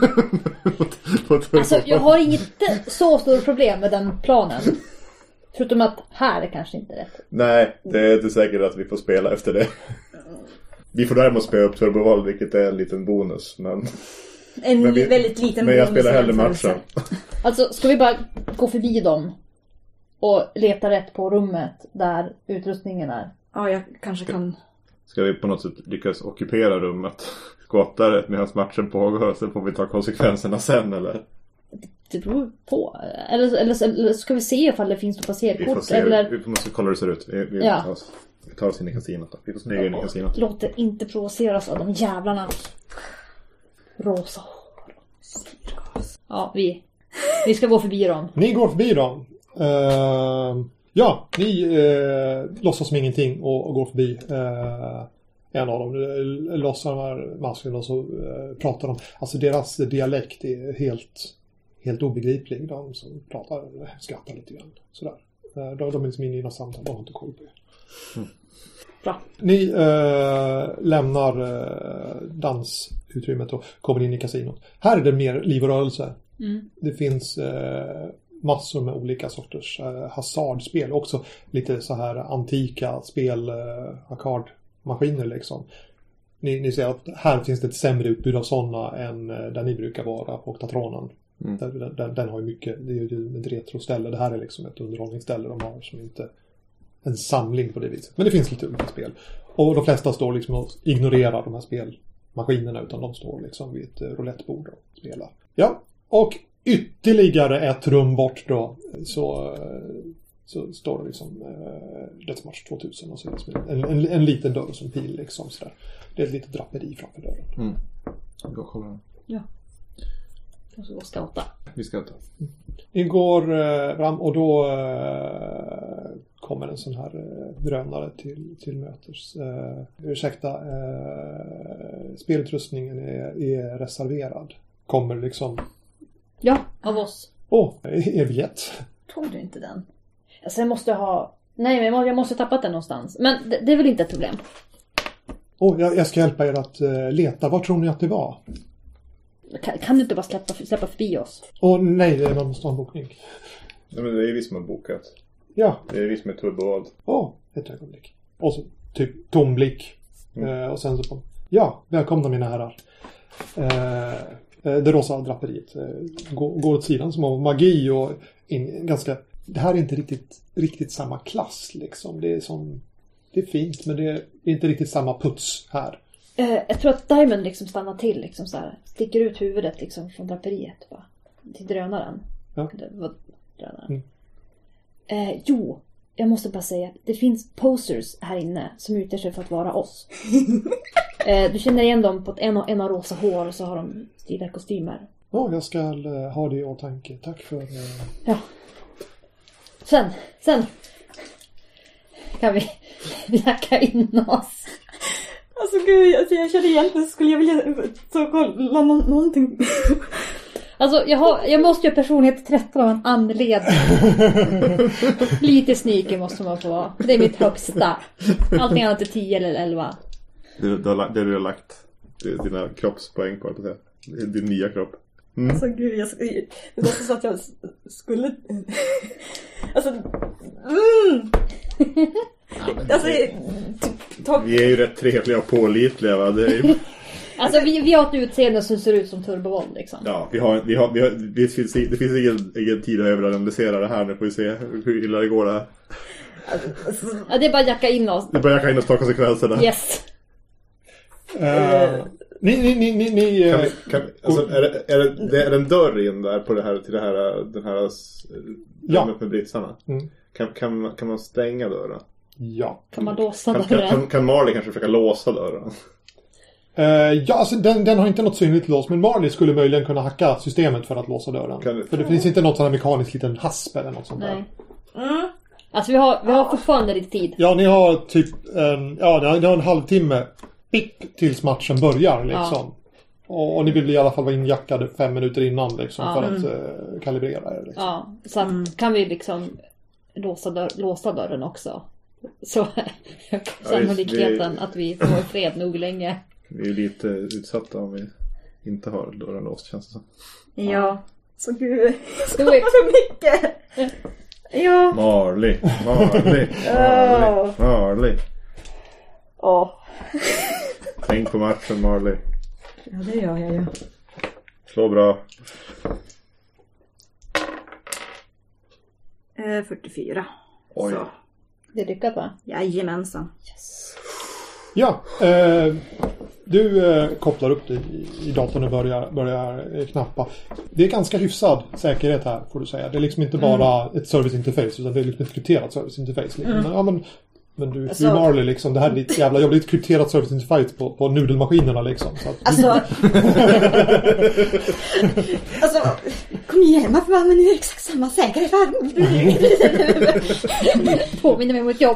Alltså jag har inte så stort problem med den planen. Förutom att här är kanske inte rätt. Nej, det är inte säkert att vi får spela efter det. Vi får däremot spela upp turbovåld, vilket är en liten bonus. Men, en men vi, väldigt liten men jag bonus. spelar hellre matchen. Alltså ska vi bara gå förbi dem och leta rätt på rummet där utrustningen är? Ja, jag kanske kan... Ska vi på något sätt lyckas ockupera rummet? Skåta det medan matchen pågår, så får vi ta konsekvenserna sen, eller? Det beror på. Eller, eller, eller ska vi se ifall det finns något passerkort? Vi får se, eller... vi måste kolla hur det ser ut. Vi, vi, Ja. tar, oss, vi tar oss in i kasinot då. Vi får smyga in i kasinot. Låter inte provoceras av de jävlarna. Rosa hår. Ja, vi, vi ska gå förbi dem. Ni går förbi dem. Uh, ja, ni uh, låtsas som ingenting och, och går förbi. Uh, en av dem uh, låtsar de här maskerna och så uh, pratar de. Alltså deras dialekt är helt, helt obegriplig. De som pratar skrattar lite grann. Sådär. Uh, de, de är liksom inne i något samtal. De har inte koll på det. Mm. Bra. Ni uh, lämnar uh, dansutrymmet och kommer in i kasinot. Här är det mer liv och rörelse. Mm. Det finns uh, massor med olika sorters uh, hasardspel. Också lite så här antika spel, uh, arkadmaskiner liksom. Ni, ni ser att här finns det ett sämre utbud av sådana än uh, där ni brukar vara på Oktatronen. Mm. Den, den, den har ju mycket, det är ju ett retroställe. Det här är liksom ett underhållningsställe de har som inte en samling på det viset. Men det finns lite olika spel. Och de flesta står liksom och ignorerar de här spelmaskinerna, utan de står liksom vid ett roulettebord och spelar. Ja, och ytterligare ett rum bort då så, så står det liksom uh, Deathmatch tvåtusen och så en, en, en liten dörr som pil liksom sådär. Det är ett litet draperi framför dörren. Mm. Gå och kolla. Ja. Och så gå och scouta. Vi ska ta. Ni går uh, fram och då uh, kommer en sån här uh, drönare till, till mötes. Uh, ursäkta, uh, spelutrustningen är, är reserverad. Kommer liksom... Ja, av oss. Åh, oh, er biljett. Tog du inte den? Alltså jag måste ha... Nej, men jag måste ha tappat den någonstans. Men det, det är väl inte ett problem. Åh, oh, jag, jag ska hjälpa er att uh, leta. Vad tror ni att det var? Kan, kan du inte bara släppa, släppa förbi oss? Åh oh, nej, det är någon måste ha en bokning. Nej, men det är vi som har bokat. Ja. Det är vi som är turbovåld. Åh, oh, ett ögonblick. Och så typ tom blick. Mm. Uh, och sen så på... Ja, välkomna mina herrar. Uh, det rosa draperiet uh, går, går åt sidan som av magi och in, ganska... Det här är inte riktigt, riktigt samma klass liksom. Det är som... Det är fint, men det är inte riktigt samma puts här. Uh, jag tror att Diamond liksom stannar till liksom så här. Sticker ut huvudet liksom från draperiet bara. Till drönaren. Ja. Det var drönaren. Mm. Uh, jo, jag måste bara säga. Det finns posters här inne som utger sig för att vara oss. uh, du känner igen dem på ett, en, en har rosa hår och så har de stiliga kostymer. Ja, oh, jag ska uh, ha det i åtanke. Tack för... Uh... Ja. Sen, sen. Kan vi läcka in oss. Alltså gud, alltså, jag kände egentligen så skulle jag vilja så kolla nå- någonting. Alltså jag, har, jag måste ju ha personlighet tretton av en anledning. Lite sneaky måste man få vara. Det är mitt högsta. Allting annat är tio eller elva. Det, det, har, det du har lagt det, dina kroppspoäng på, det är din nya kropp. Mm. Alltså gud, jag, det låter så att jag skulle... alltså... Mm. alltså ta... Vi är ju rätt trevliga och pålitliga, va? Det är ju... Alltså vi, vi har ett utseende som ser ut som Turbovolt liksom. Ja, vi har, vi har, vi har, det finns, det finns ingen, ingen tid att överanalysera det här. Nu får vi se hur illa det går där. Ja, det är bara att jacka in oss. Det är bara att jacka in och ta konsekvenserna. Yes. Uh, ni, ni, ni, ni, ni kan vi, kan, alltså, är, det, är, det, det är en dörr in där på det här, till det här, den här ja. rummet med britsarna? Mm. Kan, kan, kan man stänga dörren? Ja. Kan man låsa kan, dörren? Kan, kan Marley kanske försöka låsa dörren? Uh, ja, alltså den, den har inte något synligt lås, men Marley skulle möjligen kunna hacka systemet för att låsa dörren. Kan, för det finns inte något sån här mekanisk liten hasp eller något sånt. Nej. Där. Mm. Alltså vi har, vi har fortfarande lite tid. Ja, ni har typ en, ja, ni har en halvtimme pipp tills matchen börjar liksom. Ja. Och, och ni vill i alla fall vara injackade fem minuter innan liksom, ja. För att uh, kalibrera er. Liksom. Ja, så mm. kan vi liksom låsa, dörr, låsa dörren också. Så ja, sannolikheten vi, att vi får fred nog länge. Vi är lite utsatta om vi inte har dörren låst, känns det som. Ja, ja. Så gud, jag ska hoppa för mycket. Ja. Marley, Marley, Marley, Marley. Åh. Tänk på matchen, Marley. Ja, det gör jag ju. Slå bra. Eh, fyrtiofyra. Oj. Så. Det är lyckat, va? Jajamensan. Yes. Ja, eh, du eh, kopplar upp dig i, i datorn och börjar, börjar eh, knappa. Det är ganska hyfsad säkerhet här, får du säga. Det är liksom inte bara mm. ett serviceinterface, utan det är liksom ett krypterat serviceinterface. Liksom. Mm. Men, ja, men, men du, alltså, du Marley, liksom, det här är ditt jävla jobb. Det är ett krypterat serviceinterface på, på nudelmaskinerna liksom. Så att, alltså, alltså, kom igen, varför använder ni exakt samma säkerhet? Påminner mig om ett jobb.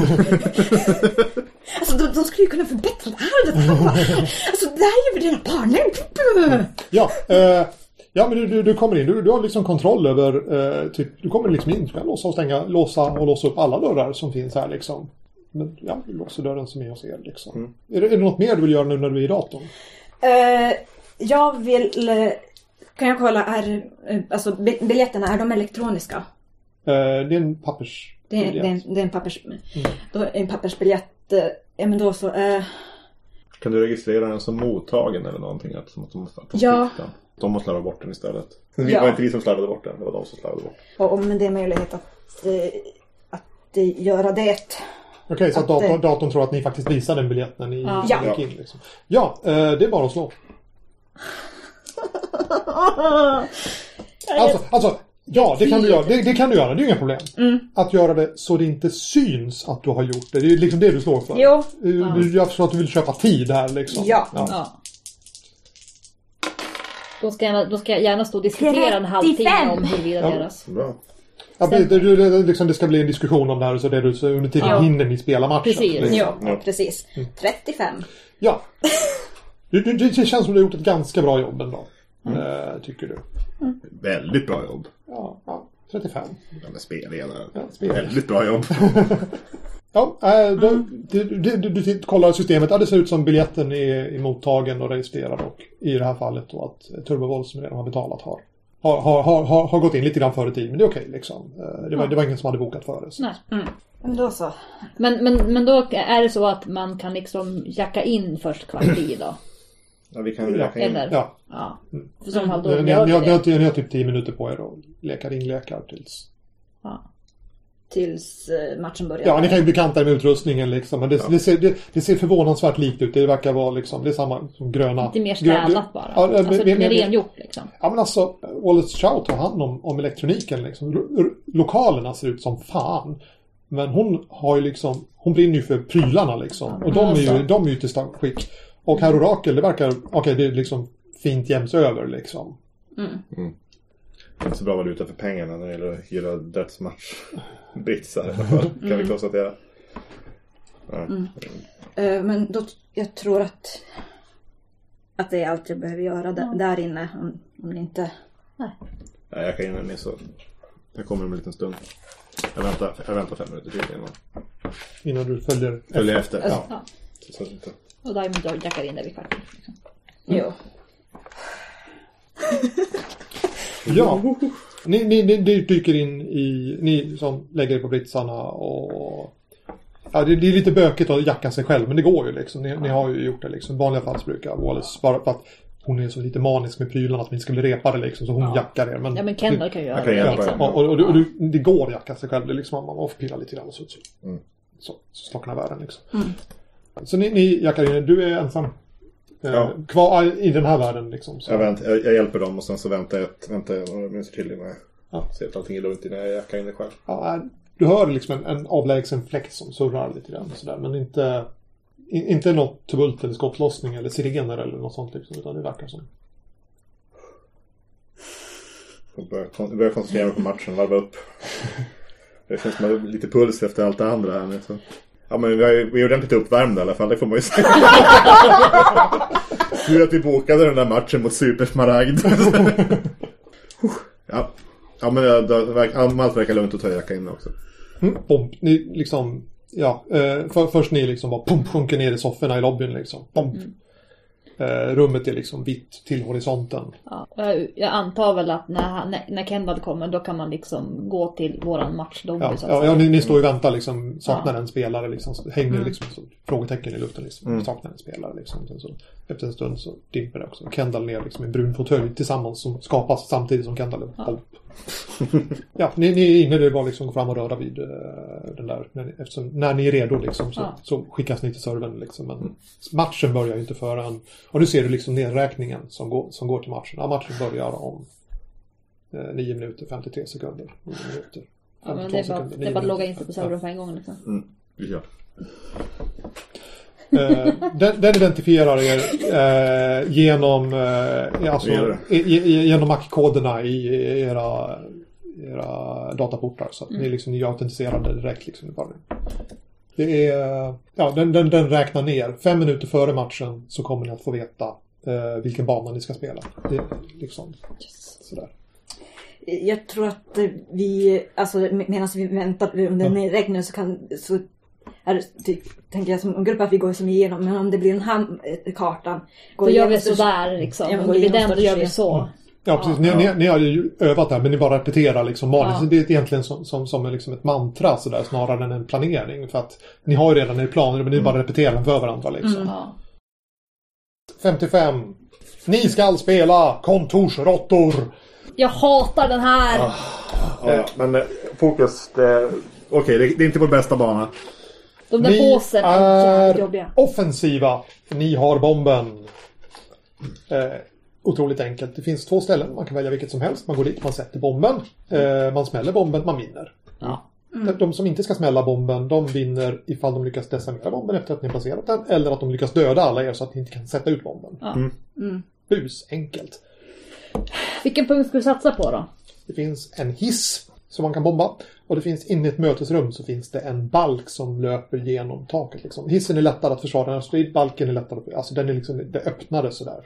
Alltså, de, de skulle ju kunna förbättra det här. Alltså, det här är ju dina barnen. Ja, eh, ja, men du, du, du kommer in. Du, du har liksom kontroll över, eh, typ, du kommer liksom in. Du kan låsa och stänga, låsa och låsa upp alla dörrar som finns här liksom. Men ja, du låser dörren som är hos er liksom. Mm. Är, det, är det något mer du vill göra nu när du är i datorn? Uh, jag vill, uh, kan jag kolla, är, uh, alltså biljetterna, är de elektroniska? Uh, det är en pappers. Det är, det är, en, det är en pappers, mm. då är en pappersbiljett. Uh, ja, men då så. Uh, kan du registrera den som mottagen eller någonting? Att, som att de, att de ja. Den. De måste slarva bort den istället. Det ja. var inte vi som slarvade bort den, det var de som slarvade bort. Och om det är möjlighet att, uh, att uh, göra det. Okej, okay, så att datorn, datorn tror att ni faktiskt visar den biljetten i ja. ja. In, liksom. Ja, uh, det är bara att slå. alltså, alltså ja, det kan du göra. Det, det kan du göra, det är inga problem. Mm. Att göra det så det inte syns att du har gjort det. Det är liksom det du slår för. Jo. Du, jag förstår att du vill köpa tid här liksom. Ja. ja. ja. Då, ska jag, då ska jag gärna stå och diskutera en halvtimme om huruvida ja. Deras... Bra. Ja, det, det, det, liksom, det ska bli en diskussion om det här så det är så under tiden ja. Hinner ni spela matchen. Precis. Liksom. Ja, ja, precis. Mm. trettiofem. Ja. Det, det, det känns som du har gjort ett ganska bra jobb ändå. Mm. Äh, tycker du. Mm. Väldigt bra jobb. Ja, ja trettiofem. Den är spelledare. Ja, spelledare. Väldigt bra jobb. ja, äh, då, mm. du, du, du, du kollar systemet. Ja, det ser ut som biljetten är, är mottagen och registrerad. Och i det här fallet då att Turbovolt som redan har betalat har. Har, har, har, har gått in lite grann före tid, men det är okej liksom. Det var, ja. Det var ingen som hade bokat före. Nej. Mm. Men då så. Men, men, men då är det så att man kan liksom jacka in först kvart i då? Ja, vi kan jacka in. Eller? Ja. Ja. För som mm. då, ni, ni, har, ni, har, ni har typ tio minuter på er och lekar in lekar tills... Ja. Tills matchen börjar. Ja, ni kan ju bekanta med utrustningen liksom. Men det, ja. det, ser, det, det ser förvånansvärt likt ut. Det verkar vara liksom, det är samma som gröna. Lite mer städat bara. Ja, alltså men, det är rengjort liksom. Ja, men alltså, Wallace Chow tar hand om, om elektroniken liksom. Lokalerna ser ut som fan. Men hon har ju liksom, hon brinner ju för prylarna liksom. Och de är ju, de är ju till stark skick. Och här Orakel, det verkar, okej okay, det är liksom fint jäms över liksom. Mm. Mm. Inte så bra valuta för pengarna när det gäller att göra dödsmatch. Britsar i alla fall, kan mm. vi konstatera. Ja. Mm. Uh, men då, jag tror att att det är allt jag behöver göra d- mm. där inne. Om, om ni inte... Nej. Ja, jag kan hinna med så. Jag kommer om en liten stund. Jag väntar, jag väntar fem minuter till innan. Innan du följer, följer efter. efter. Ja. ja. Så inte. Och Diamond jackar in där vid kvarten. Liksom. Mm. Jo. Ja, ni, ni, ni dyker in i, ni som lägger er på britsarna och ja, det, det är lite bökigt att jacka sig själv, men det går ju liksom, ni, ni har ju gjort det liksom, i vanliga fall brukar Wallace, bara för att hon är så lite manisk med prylarna att vi inte ska bli repade liksom, så hon ja. jackar er. Men ja, men Kendall kan ju göra det. det liksom. Och, och, och, och, och det går att jacka sig själv, det är liksom, man får pilla lite grann och så, så, mm. så, så slocknar världen liksom. Mm. Så ni, ni jackar in, du är ensam. Ja. Kvar i den här världen liksom. Så. Jag, vänt, jag, jag hjälper dem och sen så väntar jag väntar jag några minuter till innan jag ja. ser att allting är lugnt innan jag jackar in det själv. Ja, du hör liksom en, en avlägsen fläkt som surrar lite grann sådär, men inte in, inte något tumult eller skottlossning eller sirener eller något sånt liksom, utan det verkar som. Jag börjar, jag börjar koncentrera mig på matchen, varva upp. Det känns som att jag lite puls efter allt det andra här nu så. Ja, men vi är, vi är ordentligt uppvärmda i alla fall, det får man ju säga. Nu att vi bokade den där matchen mot Supersmaragd. ja. ja, men det, det, allt verkar lugnt att ta jacka in också. Mm, bom, ni liksom, ja, eh, för, först ni liksom bara pum, sjunker ner i sofforna i lobbyn liksom. Bom. Mm. Eh, rummet är liksom vitt till horisonten. Ja, jag, jag antar väl att när, han, när, när Kendall kommer då kan man liksom gå till våran matchlobby. Ja, ja, ja ni, ni står ju och väntar liksom, saknar ja. en spelare liksom, så hänger mm. liksom så, frågetecken i luften liksom, mm. saknar en spelare liksom. Så, efter en stund så dimper det också. Kendall ner liksom i en brun fåtölj tillsammans som skapas samtidigt som Kendall är ja. ja, ni, ni är inne, det var liksom gå fram och röra vid uh, den där, när, eftersom, när ni är redo liksom så, ja. så skickas ni till servern liksom, men mm. matchen börjar ju inte förrän, och nu ser du liksom nedräkningen som går, som går till matchen. Ja, matchen börjar om eh, nio minuter, femtiotre sekunder, nio minuter, ja, men det är bara, det är bara att logga in sig på servern för en gång liksom. Mm. Ja. eh, den, den identifierar er eh, genom eh, alltså, e, e, genom M A C-koderna i era, era dataportar, så att mm. ni liksom ni är autentiserade direkt liksom i början. Det är, ja, den, den, den räknar ner. Fem minuter före matchen så kommer ni att få veta eh, vilken bana ni ska spela. Det är liksom sådär. Jag tror att vi, alltså medan vi väntar under nedräkningen så kan, så är, ty, tänker jag som en grupp att vi går som igenom, men om det blir den här kartan. Då gör vi sådär liksom. Ja, om det blir den, då gör vi så. Mm. Ja, precis. Ni, ni, ni har ju övat där, men ni bara repeterar liksom. Ja. Det är egentligen som, som, som liksom ett mantra så där, snarare än en planering. För att ni har ju redan er planer, men ni mm. bara repeterar den för varandra liksom. Mm. Ja. femtiofem. Ni ska spela kontorsråttor. Jag hatar den här. Ah, ja, men fokus, det, okej, okay, det, det är inte vår bästa bana. De där ni båsen är jobbiga. Offensiva. Ni har bomben. Eh, Otroligt enkelt. Det finns två ställen. Man kan välja vilket som helst. Man går dit, man sätter bomben. Eh, man smäller bomben, man vinner. Ja. Mm. De som inte ska smälla bomben, de vinner ifall de lyckas desarmera bomben efter att ni har placerat den. Eller att de lyckas döda alla er så att ni inte kan sätta ut bomben. Ja. Mm. Mm. Bus, enkelt. Vilken punkt ska vi satsa på då? Det finns en hiss som man kan bomba. Och det finns inne i ett mötesrum så finns det en balk som löper genom taket. Liksom. Hissen är lättare att försvara den här strid. Balken är lättare att... Alltså den är liksom... Det öppnade sådär.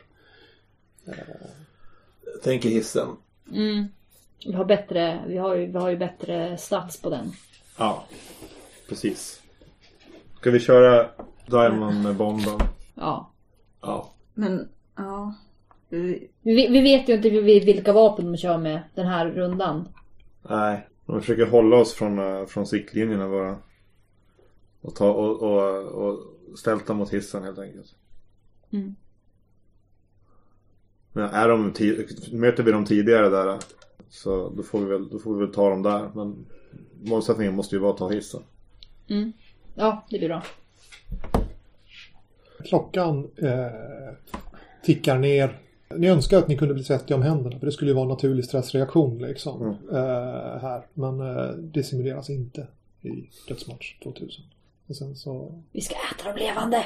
Jag tänker hissen. Mm. Vi har bättre, vi har ju, vi har ju bättre stats på den. Ja, precis. Ska vi köra Diamond med bomben? Ja. Ja. Men, ja. Vi, vi vet ju inte vilka vapen de kör med den här rundan. Nej, de försöker hålla oss från, från siktlinjerna bara. Och, ta, och, och, och stälta mot hissen helt enkelt. Mm. Men är de t- möter vi dem tidigare där så då får vi väl, då får vi väl ta dem där, men målsättningen måste ju vara att ta hissen. Mm. Ja, det blir bra. Klockan eh, tickar ner. Ni önskar att ni kunde bli svettiga om händerna, för det skulle ju vara en naturlig stressreaktion liksom, mm. eh, här. Men eh, det simuleras inte i Dödsmatch tvåtusen. Och sen så... Vi ska äta dem levande!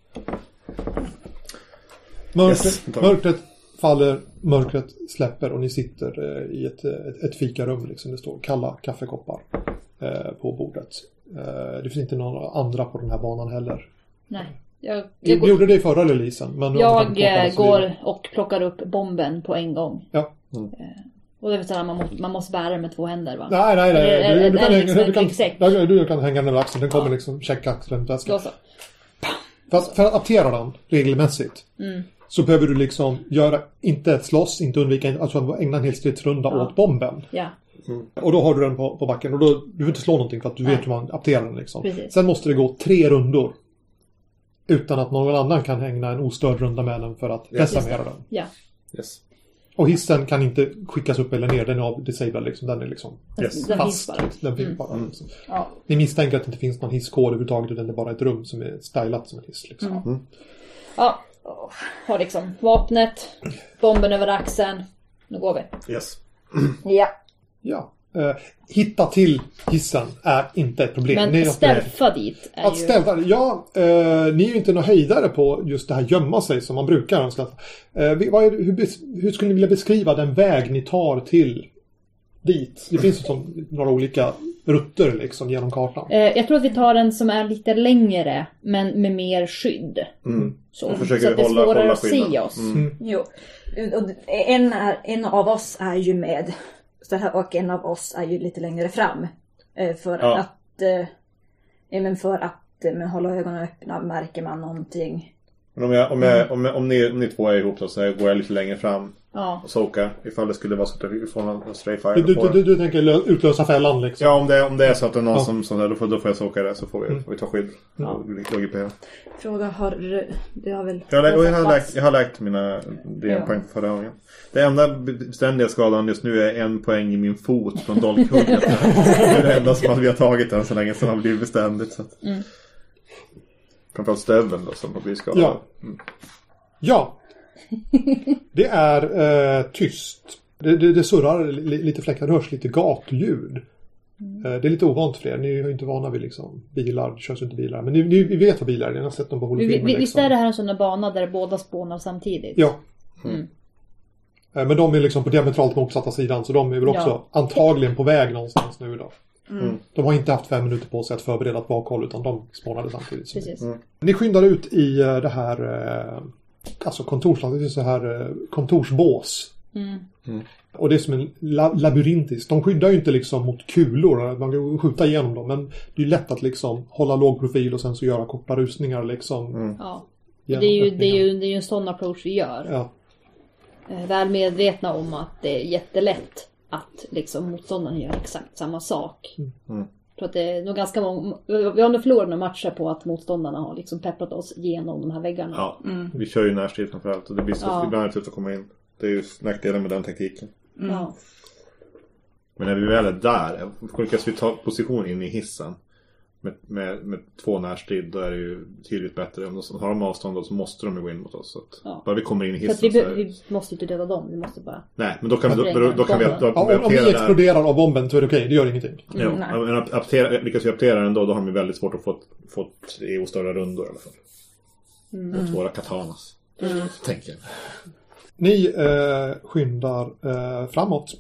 Mörkret, yes, mörkret faller, mörkret släpper och ni sitter eh, i ett, ett, ett fikarum liksom. Det står kalla kaffekoppar eh, på bordet. Eh, det finns inte några andra på den här banan heller. Nej. Jag, jag du går, gjorde det i förra releasen. Men jag går och plockar upp bomben på en gång. Ja. Mm. Eh, och det vill säga man måste, man måste bära den med två händer, va? Nej, nej, nej. Eller, du, du, kan, liksom du, kan, du, du kan hänga den över axeln. Den kommer ja. liksom checka axeln. Så. Fast för att aptera den regelmässigt mm. så behöver du liksom göra, inte ett slåss, inte undvika, alltså ägna en hel stridsrunda Ja. åt bomben. Ja. Mm. Och då har du den på, på backen och då, du behöver inte slå någonting för att du Nej. vet hur man apterar den liksom. Precis. Sen måste det gå tre rundor utan att någon annan kan ägna en ostörd runda med den för att Yes. desarmera den. Ja. Yes. Och hissen kan inte skickas upp eller ner, den är av disabled liksom, den är liksom Yes. Den fast. finns bara. Den finns Mm. bara liksom. Ja. Ni misstänker att det inte finns någon hisskod överhuvudtaget utan det är bara ett rum som är stylat som en hiss liksom. Mm. Ja. Har liksom vapnet, bomben över axeln. Nu går vi. Yes. Ja. Ja. Uh, hitta till hissen är inte ett problem. Men Ni är- stälfa dit är Att ju... ställa, ja, eh, ni är ju inte några höjdare på just det här gömma sig som man brukar. Eh, vi- vad är, hur, bes- hur skulle ni vilja beskriva den väg ni tar till dit? Det finns ju som några olika rutter liksom genom kartan. Eh, Jag tror att vi tar en som är lite längre men med mer skydd. Mm. Så, Och så försöker att det är hålla- svårare hålla att se skillnaden. oss. Mm. Jo. Och en, är, en av oss är ju med. Så här, och en av oss är ju lite längre fram. Eh, För Ja. att... eh, ja, men för att eh, men hålla ögonen öppna märker man någonting. Men om, jag, om, jag, om, jag, om, ni, om ni två är ihop då, så går jag lite längre fram Ja. och soka ifall det skulle vara så att vi får någon stray fire. Du, du, då får du, jag- du tänker lö- utlösa fällan liksom. Ja, om det, om det är så att det är någon Ja. som, som då, får, då får jag soka det så får vi, får vi ta skydd. Ja. Och O G P. Fråga, har du... Du har väl... Jag har, lä- och jag, har pass? läkt, jag har läkt mina D M-poäng för förra gången. Det enda beständiga skadan just nu är en poäng i min fot från dolkhugget. Det är det enda som vi har tagit än så länge som har blivit beständigt. Så att... Mm. Framförallt stöveln då som har blivit skadad. Ja. Mm. Ja. Det är eh, tyst. Det, det, det surrar li, lite fläckar, det hörs lite gatljud. Mm. Eh, det är lite ovant för er. Ni är ju inte vana vid liksom, bilar, det körs inte bilar. Men ni, ni, vi vet vad bilar är, ni har sett dem på Vi, Holofilmen. vi, visst liksom. är det här en sån där bana där båda spånar samtidigt? Ja. Mm. Eh, Men de är liksom på diametralt motsatta sidan så de är väl också Ja. antagligen på väg någonstans nu då. Mm. De har inte haft fem minuter på sig att förbereda ett bakhåll utan de spånade samtidigt. som Precis. Mm. Ni skyndar ut i eh, det här eh, alltså kontorsland, det är så här eh, kontorsbås. Mm. Och det är som en la- labyrintisk. De skyddar ju inte liksom mot kulor, man kan skjuta igenom dem, men det är ju lätt att liksom hålla låg profil och sen så göra korta rusningar liksom. Mm. Ja. Det genom är, ju, det, är öppningen. ju, det är ju en sån approach vi gör. Ja. Eh, Väl medvetna om att det är jättelätt att liksom motståndaren gör exakt samma sak. Mm. Jag tror att det är nog ganska många... Vi har nog förlorat några matcher på att motståndarna har liksom pepprat oss genom de här väggarna. Ja, vi kör ju närstrid framförallt och det blir så Ja. ibland är det tufft att komma in. Det är ju nackdelen med den taktiken. Ja. Men när vi väl är där, lyckas vi ta position in i hissen med, med, med två närstrid, då är det ju tydligt bättre. Om de har de avstånd då, så måste de ju gå in mot oss. Så att Ja. bara vi kommer in i För att hissen vi, så be- är det... vi måste inte döda dem, vi måste bara... Nej, men då kan vi, då, då, då kan vi, då, Ja, kan vi om, om vi aptera där. exploderar av bomben så är det okej, det gör ingenting. Ja, nej. men ap- aptera, lyckas vi aptera den då, då har vi väldigt svårt att få få i ostörda rundor i alla fall. Mot våra katanas. Tänker jag. Ni eh, skyndar eh, framåt.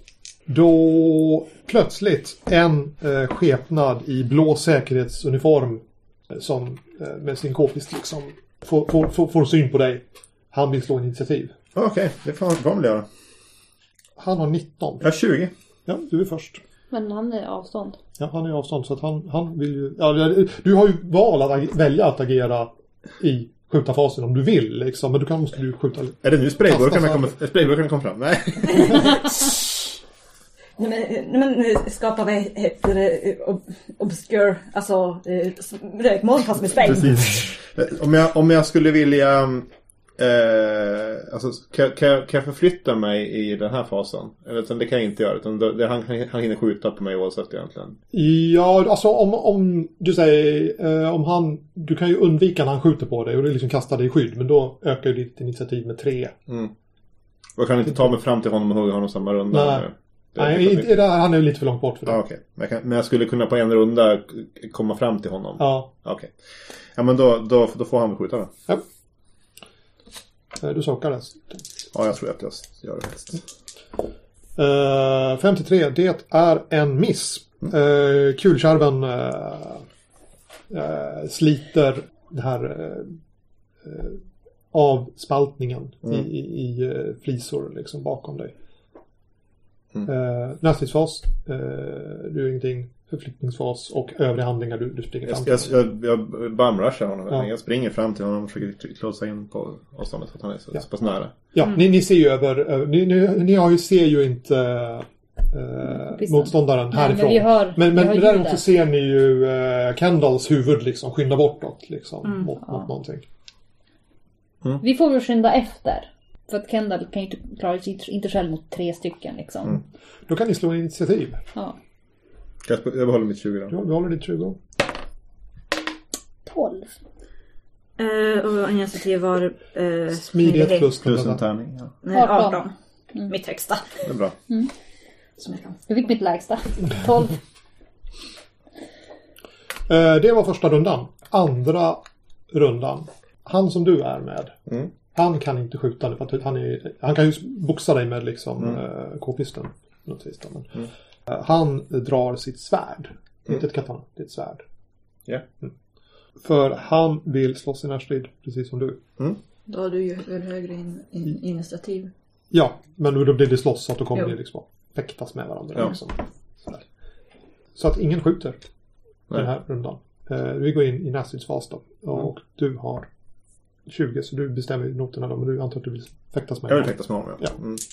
Då plötsligt en eh, skepnad i blå säkerhetsuniform eh, som eh, med sin k-pist liksom får, får, får, får syn på dig. Han vill slå initiativ. Okej, okay, det får han väl göra. Han har nitton. Jag har tjugo. Ja, du är först. Men han är avstånd. Ja, han är i avstånd så att han, han vill ju... Ja, det- du har ju val att ag- välja att agera i skjutarfasen om du vill liksom, men du kan måste du skjuta. Är det nu sprayburkarna Kasta kommer, sprayburkarna kommer fram? Nej. Nej men, nej, men skapa vad heter det? Ob- obscure, alltså eh, rökmoln fast med spänn. Precis. Om jag, om jag skulle vilja... Eh, alltså, kan, kan, jag, kan jag förflytta mig i den här fasen? Eller, utan det kan jag inte göra. Utan det, det, han, han hinner skjuta på mig oavsett egentligen. Ja, alltså om, om du säger eh, om han, du kan ju undvika när han skjuter på dig och det liksom kastar dig i skydd, men då ökar ju ditt initiativ med tre. Mm. Och jag kan inte ta mig fram till honom och hugga honom samma runda. Nej. Det, Nej, det, inte, det, han är ju lite för långt bort för det. Ja, okej. Men, jag kan- men jag skulle kunna på en runda k- komma fram till honom. Ja, Okej. Ja, men då, då, då får han väl skjuta då. ja. Eh, Du sakar det. Ja, jag tror att jag gör det helst. Uh, femtiotre, det är en miss. Uh, kulkärven uh, uh, sliter det här uh, uh, avspaltningen Mm. i, i, i uh, flisor liksom bakom dig. Mm. Uh, näststridsfas. Uh, du gör ingenting. Förflyttningsfas och övriga handlingar du, du springer fram till. Jag, jag, jag bumrushar honom. Ja. Jag springer fram till honom och försöker klåsa in på avståndet för att han är så, ja. så pass nära. Ja, mm. ni, ni ser ju över... Ni, ni, ni har ju, ser ju inte uh, motståndaren Nej, härifrån. Men, vi hör, men, men däremot så ser ni ju uh, Kendalls huvud liksom skynda bortåt liksom, mm. mot, ja. mot någonting. Mm. Vi får väl skynda efter. För att Kendall kan ju inte klara sig inte själv mot tre stycken liksom. Mm. Då kan ni slå en initiativ. Ja. Jag behåller mitt tjugo då. Ja, behåller ditt tjugo. tolv. Uh, och initiativ var... Uh, Smidighet plus plus en tärning. Ja. Nej, arton. Mm. Mitt högsta. Det är bra. Mm. Som jag, kan. jag fick mitt lägsta. tolv. uh, det var första rundan. Andra rundan. Han som du är med. Mm. Han kan inte skjuta nu. För att han, är, han kan ju boxa dig med liksom mm. uh, k-pisten. Men, mm. uh, han drar sitt svärd. Mm. Inte ett katana, det är ett svärd. Yeah. Mm. För han vill slåss i närstrid, precis som du. Mm. Då har du ju väl högre in, in, initiativ. Ja, men då blir det slåss så att då kommer ni liksom fäktas med varandra. Ja. Liksom. Så, så att ingen skjuter Nej. den här rundan. Uh, vi går in i närstridsfas då. Och mm. du har tjugo, så du bestämmer noterna då. Men du antar att du vill fäktas med Jag vill fäktas med honom, ja. ja. Mm.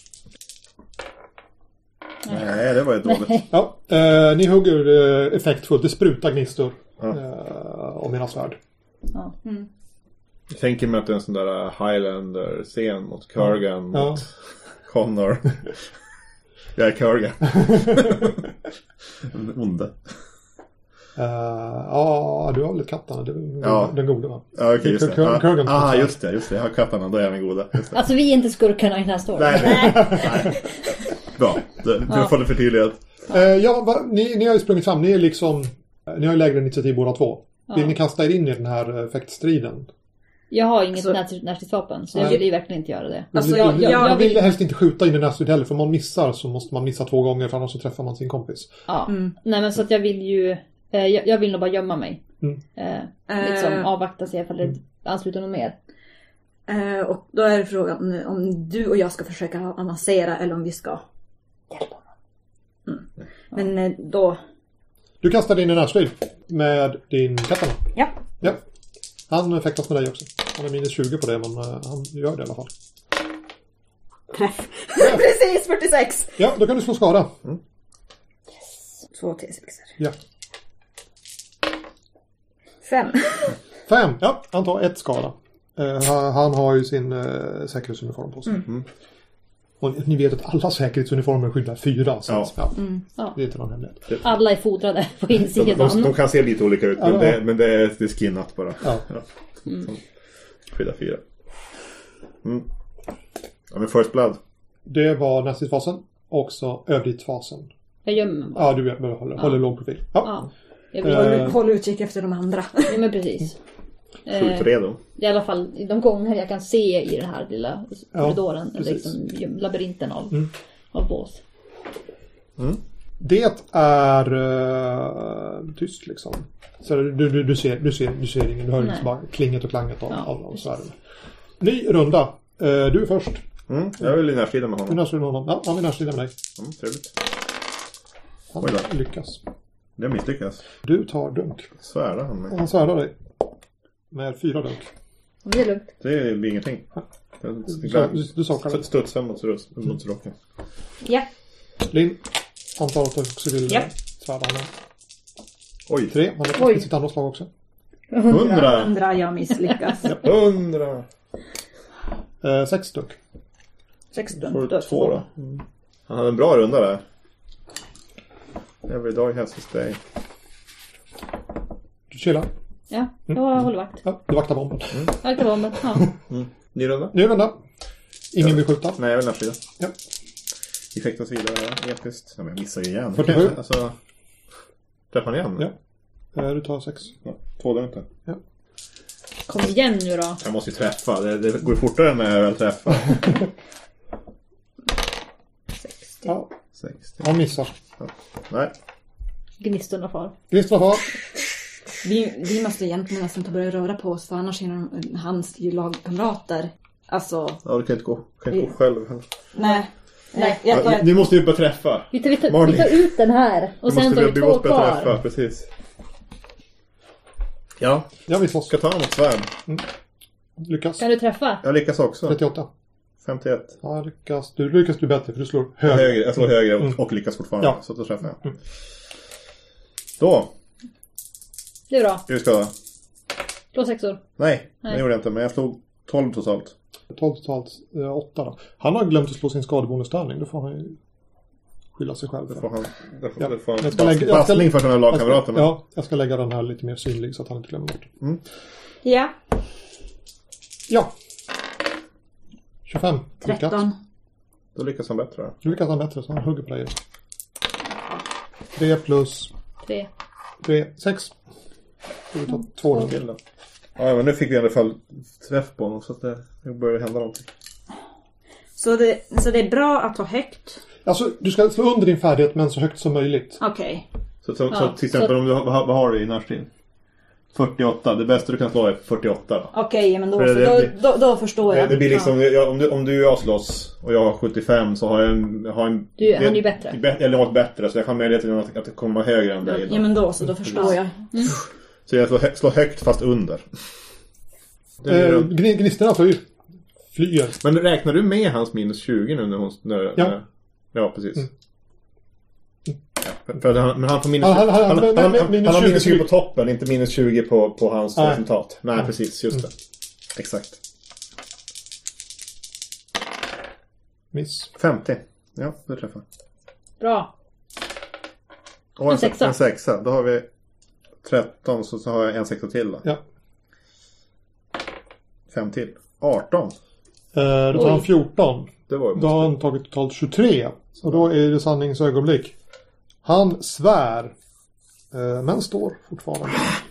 Nej, det var ju dåligt. Ja, uh, ni hugger uh, effektfullt. Det sprutar gnistor ja. uh, om era svärd. Ja. Mm. Jag tänker mig att det är en sån där Highlander-scen mot Kurgan ja. mot Connor. Jag är Kurgan. Onde. Uh, ja, du har väl kattarna. Det är ja. den goda, va? Ja, okej, just det. Kur- Kur- ah, ah, just det, just det. Jag har kattarna, då är jag den goda. Just det. Alltså, vi är inte skurkarna i den här storyn. Nej, nej. nej. Bra, du ja. får det förtydligat. Uh, ja, va, ni, ni har ju sprungit fram. Ni är liksom... Ni har ju lägre initiativ båda två. Ja. Vill ni kasta er in i den här effektstriden? Jag har inget alltså, närstridsvapen, så jag vill ju verkligen inte göra det. Alltså, jag, jag, jag, jag vill helst inte skjuta in i närstrid heller, för om man missar så måste man missa två gånger, för annars så träffar man sin kompis. Ja, mm. nej men så att jag vill ju, eh, jag, jag vill nog bara gömma mig. Mm. Eh, liksom uh, avvakta sig ifall det mm. ansluter något mer. Uh, och då är det frågan om, om du och jag ska försöka avancera eller om vi ska hjälpa honom. Mm. Men uh, då... Du kastar din i närstrid med din katana. Ja. Ja. Han fäktas med dig också. Han är minus tjugo på det, men uh, han gör det i alla fall. Träff. Ja. Precis, fyrtiosex. Ja, då kan du slå skada. Mm. Yes. Två T sexer. Ja. Fem. Fem, ja. Han tar ett skada. Uh, han har ju sin uh, säkerhetsuniform på sig. Mm. Mm. Och ni vet att alla säkerhetsuniformer skyddar fyra. Så ja. Ja. Mm. Ja. Det är inte någon hemlighet. Alla är fodrade på insidan. De, de, de kan se lite olika ut, men, ja. det, men det, är, det är skinnat bara. Ja. Ja. Mm. Skyddar fyra. Mm. Ja, men first blood. Det var nästfasen. Också övritfasen. Jag gömmer bara. Ja, du håller, ja. håller låg profil. Ja. Ja. Jag vill uh, hålla utkik efter de andra. Ja, men precis. Skjut redo. I alla fall de gånger jag kan se i den här lilla korridoren, ja, liksom labyrinten av, mm. av bås. Mm. Det är uh, tyst liksom. Så du, du, du, ser, du, ser, du ser ingen, du hör liksom bara klinget och klanget av, ja, av, av svärden. Ny runda. Uh, du är först. Mm, jag vill närstrida med honom. Du närstrida med honom. Ja, han vill närstrida med dig. Mm, trevligt. Han lyckas. Det misslyckas. Du tar dunk. Svärdar han mig. Och han svärdar dig. Med fyra dunk. Det är lugnt. Det blir ingenting. Du, du, du sakar det. Studsar mot, mot rocken. Ja. Linn, antar att du också vill ja. svärda honom. Oj. Tre, han har fått sitt andra slag också. Hundra. Hundra, jag misslyckas. Ja. Hundra. Eh, sex dunk. Sex dunk. Får du två då? Mm. Han hade en bra runda där. Every dog has his day. Du chillar. Ja, jag mm. håller vakt. Ja, du vaktar bomben. Mm. Jag vaktar bomben, ja. Mm. Ny runda? Ny runda. Ingen vill skjuta. Nej, jag vill närstrida. Ja. Vi fäktas vidare, episkt. Ja, men jag missar ju igen. fyrtiosju. Alltså, träffar han igen? Ja. Du tar sex. Ja, två där inte. Ja. Kom igen nu då. Jag måste ju träffa. Det, det går fortare när jag väl träffar. sextio. Ja. sextio. Han missar. Ja. Nej. Gnistorna far. Gnistorna far. Vi, vi måste egentligen nästan ta börja röra på oss, för annars är hans lagkamrater. Alltså... Ja, du kan inte gå, kan inte vi... gå själv. Nej. Nej. Jag tar Ja, ett... nu måste vi börja träffa. Vi tar, vi tar, Marley. vi tar ut den här. Och sen tar vi två börja kvar. träffa, precis. Ja, Ja, vi slåss. ska ta något svärd. Lyckas. Kan du träffa? Jag lyckas också. trettioåtta. femtioett. Ja, lyckas. Du lyckas du bättre för du slår högre. Högre. Jag slår högre och, Mm. och lyckas fortfarande. Ja. Så då träffar jag. Då. Det är bra. Hur ska jag? Slå sexor. Nej, Nej. det gjorde jag inte. Men jag slog tolv totalt. tolv totalt, eh, åtta då. Han har glömt att slå sin skadebonustärning. Då får han ju skylla sig själv. Då för får det. han, då får, Ja. då får han Jag ska pass, lägga- jag ska- passning för sina Jag ska, lagkamrater. men- ja, jag ska lägga den här lite mer synlig så att han inte glömmer bort. Ja, Ja. tjugofem. Lyckat. tretton. Då lyckas han bättre. Då. Du lyckas han bättre så han hugger på dig. tre plus Tre. tre, sex. Du tar två Till då. Ja, men nu fick vi i alla fall träff på honom så att det, nu börjar det hända någonting. Så det, så det är bra att ha högt. Alltså, du ska slå under din färdighet men så högt som möjligt. Okej. Så, så, Ja, så till exempel så- om du har, vad, vad har du i närstrid? fyrtioåtta. Det bästa du kan slå är fyrtioåtta då. Okej, men då, För så det- då, det- då, då förstår Det, jag. det blir liksom, jag, om, du, om du och jag slåss och jag har sjuttiofem så har jag en... Har en Du, han är ju bättre. Be- eller något bättre så jag har möjligheten att, att komma högre än dig. Ja, Då. men då så, då förstår jag. Så jag slår, hö, slår högt fast under. Det är Eh, ju- gni- gnistorna får ju flyger. Men räknar du med hans minus tjugo nu när hon... När, Ja. När, ja, precis. Mm. Ja, för han, men han får minus, Han- han- han- han, han, men- han, men- han, minus han har minus tjugo tjugo på toppen, inte minus tjugo på, på hans Nej. resultat. Nej, Nej. precis. Just det. Exakt. Miss. femtio. Ja, det träffar. Bra. Och en, En sexa. En sexa. Då har vi tretton, så, så har jag en sexa till då. Ja. Fem till. arton. Eh, då tar Oj. han fjorton. Det var ju Då har han tagit totalt tjugotre. Och då är det sanningens ögonblick. Han svär. Eh, men står fortfarande.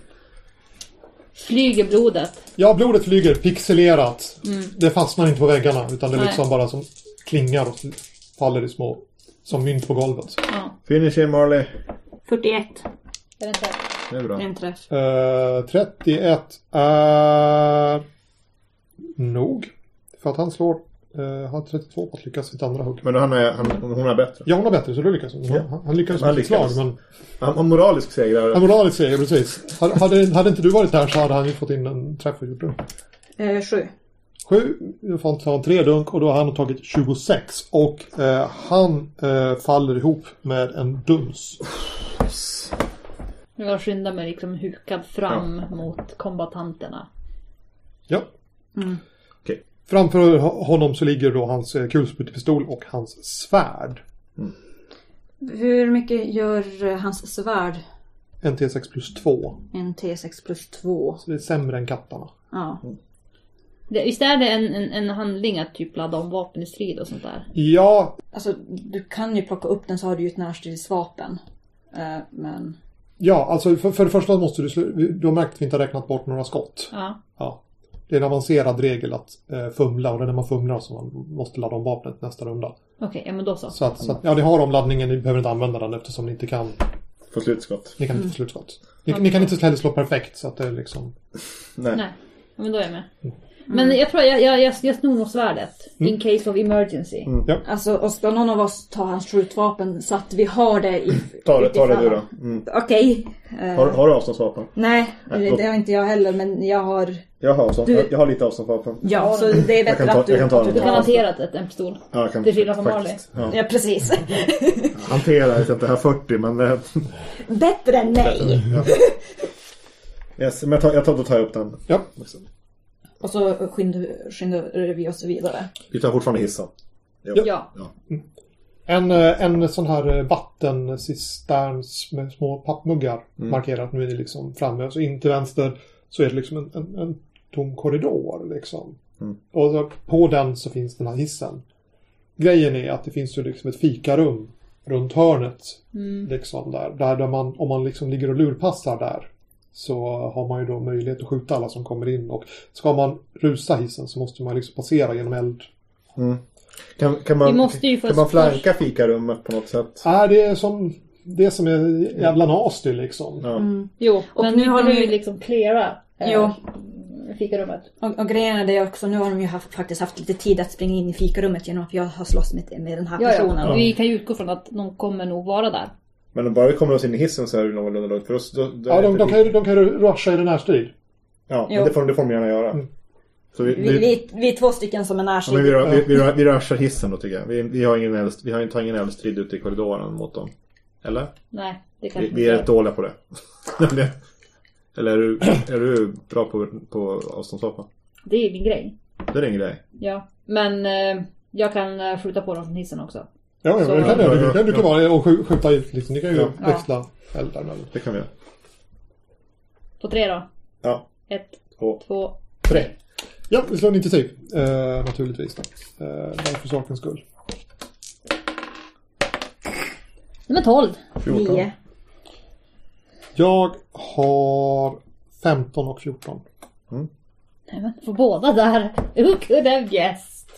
Flyger blodet. Ja, blodet flyger pixelerat. Det fastnar inte på väggarna. Utan det är Nej. liksom bara som klingar och faller i små. Som mynt på golvet. Ja. Finish in, Marley. fyrtioett. Är det inte? Det är bra. En träff. Eh, trettioett är nog. För att han slår. Uh, har trettiotvå på att lyckas sitt andra hugg. Men han är, han, hon är bättre. Ja, hon har bättre så du lyckas. Ja. Han, han lyckades Han med sitt slag. lyckades. Men Han har moralisk seger. han moraliskt säger precis. Hade, hade, hade inte du varit där så hade han ju fått in en träff och gjort det. Eh, sju. Sju, då får han ta en tre dunk och då har han tagit tjugosex. Och eh, han eh, faller ihop med en duns. Jag skyndar mig liksom hukad fram mot kombatanterna. Ja. Mm. Okej. Framför honom så ligger då hans eh, kulsprutepistol och hans svärd. Hur mycket gör eh, hans svärd? En T sex plus två. En T sex plus två. Så det är sämre än kattarna. Ja. Det, visst är det en, en, en handling att typ ladda om vapen i strid och sånt där? Ja, Alltså, du kan ju plocka upp den så har du ju ett närstridsvapen. Eh, men... ja alltså för, för det första måste du... slu- Du har märkt att vi inte har räknat bort några skott. Ja. Ja. Det är en avancerad regel att eh, fumla och det är när man fumlar som man måste ladda om vapnet nästa runda. Okej, ja men då så. Så att, så att ja, ni har omladdningen, ni behöver inte använda den eftersom ni inte kan, Få slutskott. ni kan inte få slutskott. Ni, ni kan inte heller slå perfekt så att det är liksom... Nej. Nej, ja, men då är jag med. Men jag tror jag, jag, jag, jag snor nog svärdet. In case of emergency. Ja. Alltså, och ska någon av oss ta hans skjutvapen så att vi har det i... Ta det, ta det utifall. du då. Mm. Okej. Eh, Har, har du avståndsvapen? Nej, Nej, det, då- det har inte jag heller, men jag har... Jag har, avstånd, Du- jag, jag har lite avståndsvapen. Ja, så det är bättre kan ta- att du... jag kan ta att den. du Du kan tar- hantera ett, en pistol. Ja, jag kan Till skillnad från faktiskt, ja. Ja, precis. Hantera, jag vet inte, jag har fyrtio men... eh, Bättre än nej. Yes, men jag tar, jag tar, då tar jag upp den. Ja. Och så skyndar, skyndar vi oss vidare. Vi tar fortfarande hissen. Jo. Ja. Ja. En, eh, en sån här eh, vattencisterns med små pappmuggar Mm. markerar att nu är ni liksom framme. Så in till vänster så är det liksom en, en, en tom korridor liksom. Mm. Och så, på den så finns den här hissen. Grejen är att det finns ju liksom ett fikarum runt hörnet. Mm. Liksom där, där, där man, om man liksom ligger och lurpassar där så har man ju då möjlighet att skjuta alla som kommer in. Och ska man rusa hissen så måste man liksom passera genom eld. Mm. Kan, kan man, Vi måste ju få kan man ett flanka fikarummet på något sätt? Äh, det är som det som är jävla nasty liksom. Ja. Mm. Jo, Och men nu nu har har de du ju- liksom cleara eh, Jo. fikarummet. Och, och grejen är det också, nu har de ju haft, faktiskt haft lite tid att springa in i fikarummet genom att jag har slåss med, med den här Ja, personen. ja. Vi kan ju utgå från att någon kommer nog vara där. Men om bara vi kommer oss in i hissen så är det någorlunda lugnt. För oss, då, då Ja, de, de, kan ju, de kan ju rusha i den här strid. Ja, men det får, det får de gärna göra. Mm. Så vi, vi, vi, vi är två stycken som är närstrid. Ja, men vi, vi, vi, vi rushar hissen då tycker jag. Vi, vi har ingen eld, vi har inte ingen eldstrid ute i korridoren mot dem. Eller? Nej, det kan vi, vi är rätt dåliga på det. Eller är du, är du bra på, på avståndsvapen? Det är min grej. Det är ingen grej. Ja, men eh, jag kan eh, skjuta på dem från hissen också. Ja, Så... det kan du. Du kan, du kan vara och skjuta ut liksom. Ni kan ju ja. växla eldar. Det kan vi göra. På tre då? Ja. Ett, två, två tre. Ja, vi slår en initiativ. Eh, naturligtvis då. Eh, bara för sakens skull. Nummer tolv. Nio. Jag har femton och fjorton. Mm. Nej, men för båda där. Who could have guessed?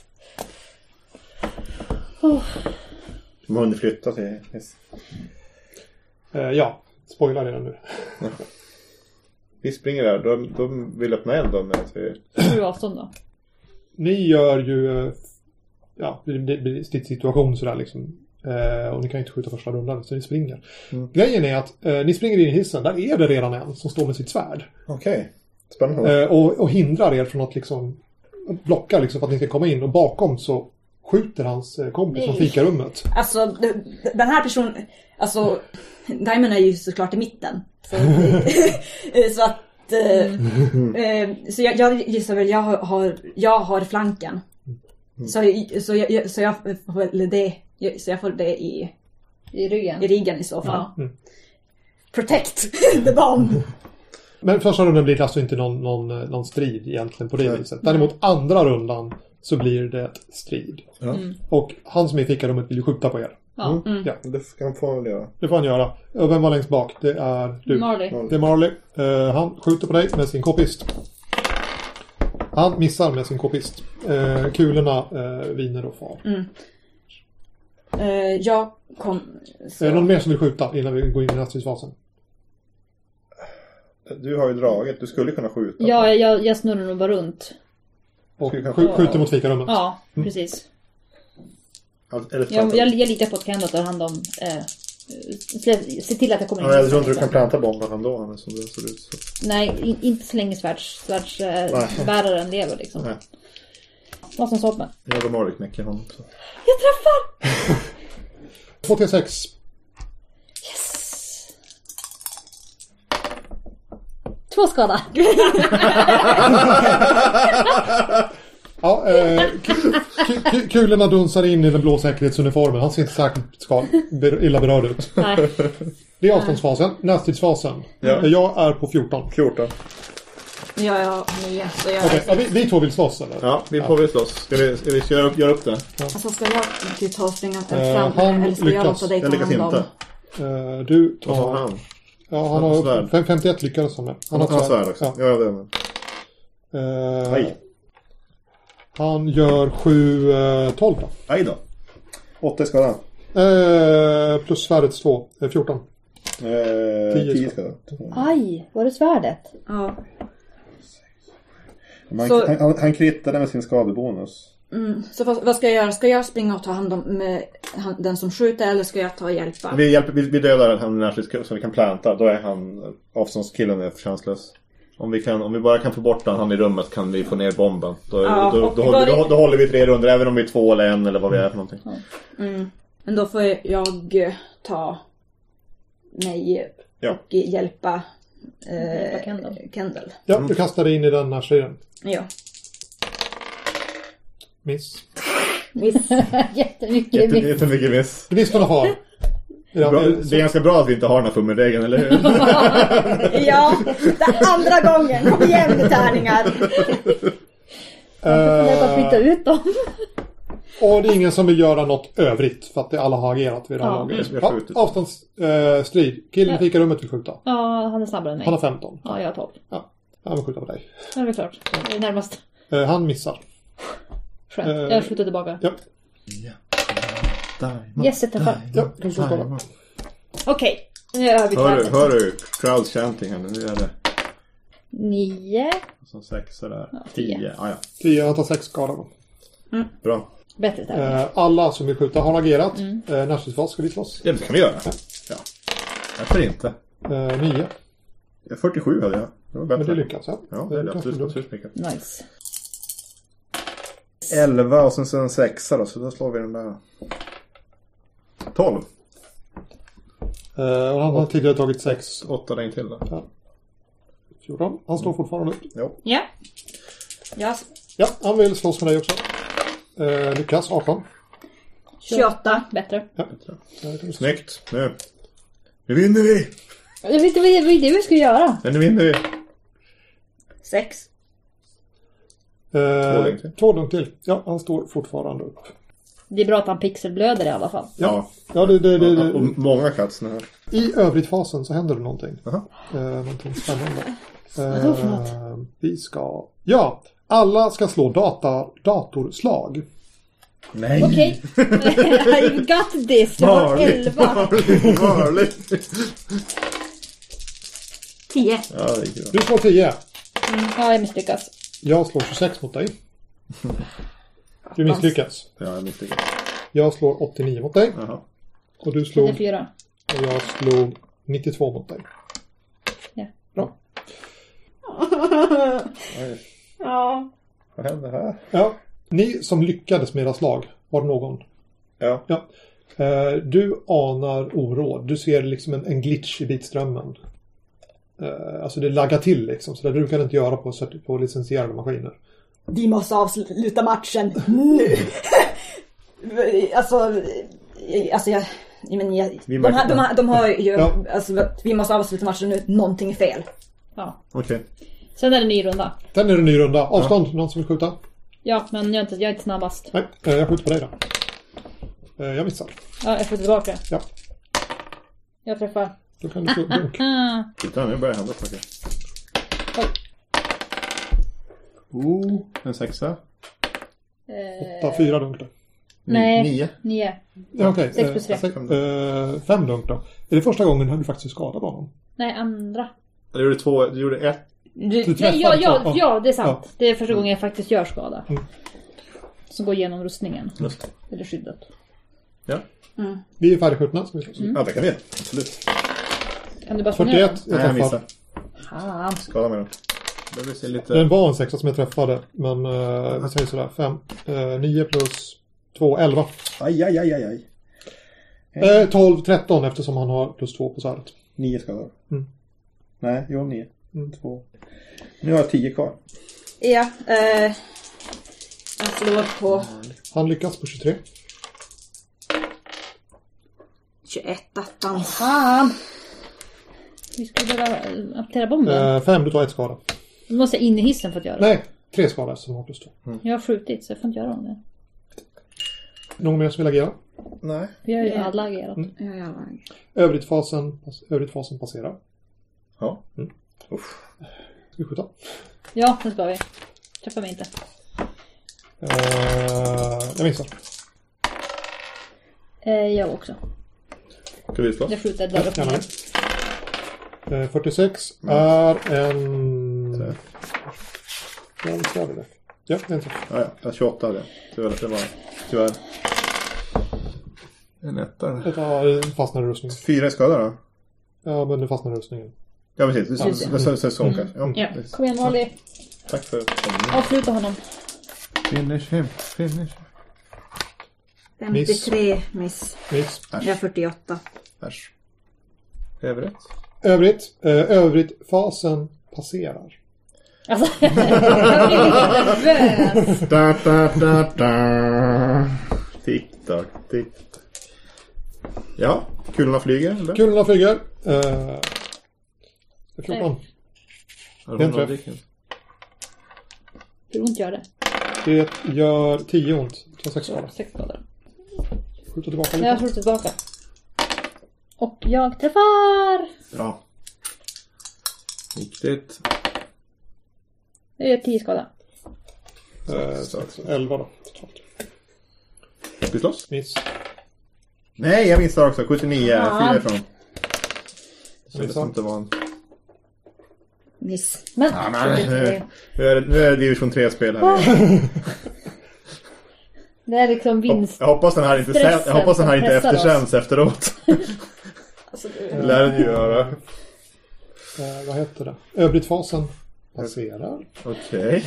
Oh. De har hunnit flytta till... Yes. Eh, ja, spoilar redan nu. Vi springer där. De, de vill öppna eld då med att vi... Hur avstånd då? Ni gör ju... Ja, det blir stridssituation sådär liksom. Eh, och ni kan inte skjuta första rundan så ni springer. Mm. Grejen är att eh, ni springer in i hissen. Där är det redan en som står med sitt svärd. Okej, okay. Spännande. Eh, och, och hindrar er från att liksom blocka liksom, för att ni ska komma in. Och bakom så skjuter hans eh, kompis från fikarummet. Alltså, den här personen... Alltså, Diamond är ju såklart i mitten. Så, så att... Mm. Eh, så jag, jag gissar väl, jag har, jag har flanken. Mm. Så, så, jag, så jag får det... Så jag får det i, I ryggen i ryggen i så fall. Ja. Mm. Protect the bomb. Men första rundan blir det alltså inte någon, någon, någon strid egentligen på det mm. viset. Däremot andra rundan så blir det strid. Mm. Och han som är i fikarummet vill ju skjuta på er. Ja. Mm. Ja. Det kan han få göra. Det får han göra. Och vem var längst bak? Det är du. Marley. Det är Marley. Uh, han skjuter på dig med sin k-pist. Han missar med sin k-pist. Uh, kulorna uh, viner och far. Mm. Uh, jag kom... Så... Är det någon mer som vill skjuta innan vi går in i näststridsfasen? Du har ju dragit. Du skulle kunna skjuta. Ja, jag, jag snurrar nog bara runt. Och sk- skjuter mot fikarummet. Ja, precis. Mm. Eller jag, jag, jag litar på att Ken tar hand om... Eh, se, se till att jag kommer in. Ja, jag tror inte du kan planta bomben ändå. Som det ser ut, så. Nej, in, inte så länge svärds, svärdsbäraren eh, lever liksom. Nej. Vad som såg med. Jag går Marley knäcker honom. Så. Jag träffar! två till sex. Yes! Två skada. Ja, eh, k- k- kulorna dunsar in i den blå säkerhetsuniformen. Han ser inte särskilt skal, ber, illa berörd ut. Nej. Det är avståndsfasen. Näststridsfasen. Ja. Jag är på fjorton. fjorton. Ja, ja, nio. Så jag Okay, ja, vi, vi två vill slåss, eller? Ja, vi får ja. väl slåss. Ska vi, ska vi göra, upp, göra upp det? Ja. Alltså, ska jag typ ta och springa fram? Uh, han eller ska lyckas. jag låta dig ta jag lyckas hand om? inte. Uh, du tar... Vad sa han? Ja, han har fem, femtioett lyckades han med. Han har svärd. svärd också. Ja, ja det är uh, Aj. Han gör sju tolv då. Aj då. åtta skada. Uh, plus svärdets två. Uh, fjorton. Uh, tio skada. Aj, var det svärdet? Ja. Man, så, han, han, han krittade med sin skadebonus. Mm, så vad, vad ska jag göra? Ska jag springa och ta hand om med han, den som skjuter eller ska jag ta och hjälpa? Vi, hjälper, vi, vi dödar han närskilt så vi kan planta. Då är han avståndskillen är förtjänslös. Om vi, kan, om vi bara kan få bort han i rummet kan vi få ner bomben. Då, ja, då, då, då, håller, då, då håller vi tre runder även om vi är två eller en eller vad vi är för någonting. Mm. Men då får jag ta mig ja. och hjälpa, eh, hjälpa Kendall. Kendall. Ja, du kastar dig in i den här striden. Ja. Miss. Miss. Jättemycket Jätte, miss. Jättemycket miss. Det visst man har. Ja, bra, det är ganska bra att vi inte har den här fummelregeln, eller hur? Ja, det är andra gången. Kom igen med tärningar. Jag får flytta ut dem. Och det är ingen som vill göra något övrigt för att det alla har agerat vid det här ja. laget. Ja, avståndsstrid. Uh, Killen i fikarummet vill skjuta. Ja, han är snabbare än mig. Han har femton. Ja, jag har tolv. Ja, han vill skjuta på dig. Ja, det är klart. Det är närmast. Uh, han missar. Skönt. Uh, jag skjuter tillbaka. Ja. Diamond. Yes, jag träffar. Ja, kan du skjuta. Okej, nu är vi hör, hör du crowd chanting här nu? Nu är det. Nio. Så sex där. Ja, tio. tio. Ah, ja. tio, han tar sex skada då. Bra. Bättre tävling. Eh, alla som vill skjuta har agerat. Mm. Eh, Närstridsfas ska vi slåss. Ja, det kan vi göra. Ja. Varför inte? Eh, nio. Ja, fyrtiosju hade jag. Det var bättre. Men det lyckas, ja. Ja, det är absolut, absolut mycket. Nice. elva och sen så en sexa då, så då slår vi den där. tolv. Eh, och han har tidigare tagit sex. åtta däng till då. Ja. fjorton. Han står fortfarande upp. Jo. Ja. Ja. Ja, han vill slåss med dig också. Eh, lyckas, arton. tjugoåtta. Bättre. Ja. Eh, kan du- Snyggt. Nu. Nu vinner vi! Jag vet inte vad det är det vi ska göra. Men nu vinner vi. sex. Eh, dunk till. två dunk till. Ja, han står fortfarande upp. Det är bra att han pixelblöder i alla fall. Ja. Ja, det, det, det, Och det. många cuts nu här. I övrigt-fasen så händer det någonting. Aha. Eh, någonting spännande. Vadå för något? Eh, vi ska... Ja, alla ska slå data, datorslag. Nej. Okej. I've got this. Jag har Varligt. elva. Varligt. Varligt. tio. Ja, det gick bra. Du slår tio. Ja, jag misslyckas. Jag slår tjugosex mot dig. Du misslyckas. Ja, jag misslyckades. Jag slår åttionio mot dig. Jaha. Och du slog... fyra. Och jag slog nittiotvå mot dig. Ja. Bra. Oj. Ja. Vad händer här? Ja. Ni som lyckades med era slag, var det någon? Ja. Ja. Eh, du anar oråd. Du ser liksom en, en glitch i bitströmmen. Eh, alltså det laggar till liksom. Så det brukar det inte göra på, på licensierade maskiner. Vi måste avsluta matchen nu. alltså, alltså jag... Men jag, Vi de, märker har, de, har, de har ju... Ja. Alltså, vi måste avsluta matchen nu. Någonting är fel. Ja. Okej. Sen är det en ny runda. Sen är det en ny runda. Avstånd, någon som vill skjuta? Ja, men jag är inte, jag är inte snabbast. Nej, eh, jag skjuter på dig då. Eh, jag missar. Ja, jag får tillbaka. Ja, Jag träffar. då kan du slå dunk. Ah. Titta, nu börjar det hända saker. Oj. Oh, en sexa. Eh, Åtta, fyra dunk då. nej, Nio. nio. Ja, okej. Sex plus tre. Eh, sex- eh, fem dunk då. Är det första gången du faktiskt skadade honom? Nej, andra. Du gjorde två, du gjorde ett. Du, träffar nej, ja, ja, två. ja, det är sant. Ja. Det är första gången jag faktiskt gör skada. Mm. Som går igenom rustningen. Just det. Eller skyddet. Ja. Vi är färdigskjutna, ska vi slåss. Mm. Ja, det kan vi. Absolut. Kan du bara slå ner den? fyrtioett, jag Nej, jag träffar. missar. Fan. Skada med den. Det vill se lite... Den var en sexa som jag träffade. Men eh, vi säger sådär. fem. Eh, nio plus två, elva. Aj, aj, aj, aj, aj. Eh, tolv, tretton eftersom han har plus två på svärdet. Nio skador. Mm. Nej, jo, nio. Mm. Två. Nu har jag tio kvar. Ja, eh... Jag slår på Han lyckas på tjugotre. tjugoett, attan. Fan. Vi skulle behöva eh, aptera bomben. Eh, fem, du tar ett skada. Du måste in i hissen för att göra det. Nej, tre skada som har plus två. Jag har skjutit så jag får inte göra om det. Någon mer som vill agera? Nej. Vi har ju Ja. alla agerat. Mm. Ja, ja. Övrigt fasen, övrigt fasen passerar. Ja. Mm. Uff. Ska vi skjuta? Ja, det ska vi. Träffa mig inte. Eh, jag missar. Eh, jag också. Ska vi slåss? Jag skjuter där uppe. Gärna det. Eh, fyrtiosex är en... Så. Ja, visst är det det. Ja, det är en träff. Ja, ja. Jag har tjugoåtta av det. Tyvärr. Det var... Tyvärr. En etta. Detta fastnar i rustningen. Fyra i skada då? Ja, men det fastnar i rustningen. Ja, precis. Det är så, så, så, Mm. kanske. Ja. Ja. precis. Kom igen, Molly. Tack för att Avsluta honom. Finish him. Finish. femtiotre miss. Miss. Jag har fyrtioåtta. Äsch. Övrigt. Övrigt. Eh, övrigt fasen passerar. Alltså, jag blir lite nervös. Da, da, da, da. Tick-tack, tick. Ja, kulorna flyger, eller? Kulorna flyger. Eh, fjorton. Har Det är en du någon träff. dricken? Hur ont gör det? Det gör tio ont. Ta sex skada. Sex skador. Skjuta tillbaka Jag har lite. skjutit tillbaka. Och jag träffar! Bra. Viktigt. Det är tio skada. Eh, så, så, elva då. Totalt. Ska vi slåss? Miss. Nej, jag missar också. sjuttionio. Ja. Fyra ifrån. Så det Missar. som inte var en... Miss. Men, Ja, men nu, nu, är det, nu är det division tre-spel här. det är liksom vinst. Jag hoppas den här inte, Stressen jag hoppas den här inte pressar oss. eftersänds efteråt. Alltså, Det lär den ju göra. Eh, vad heter det? Övrigt-fasen passerar. Okej.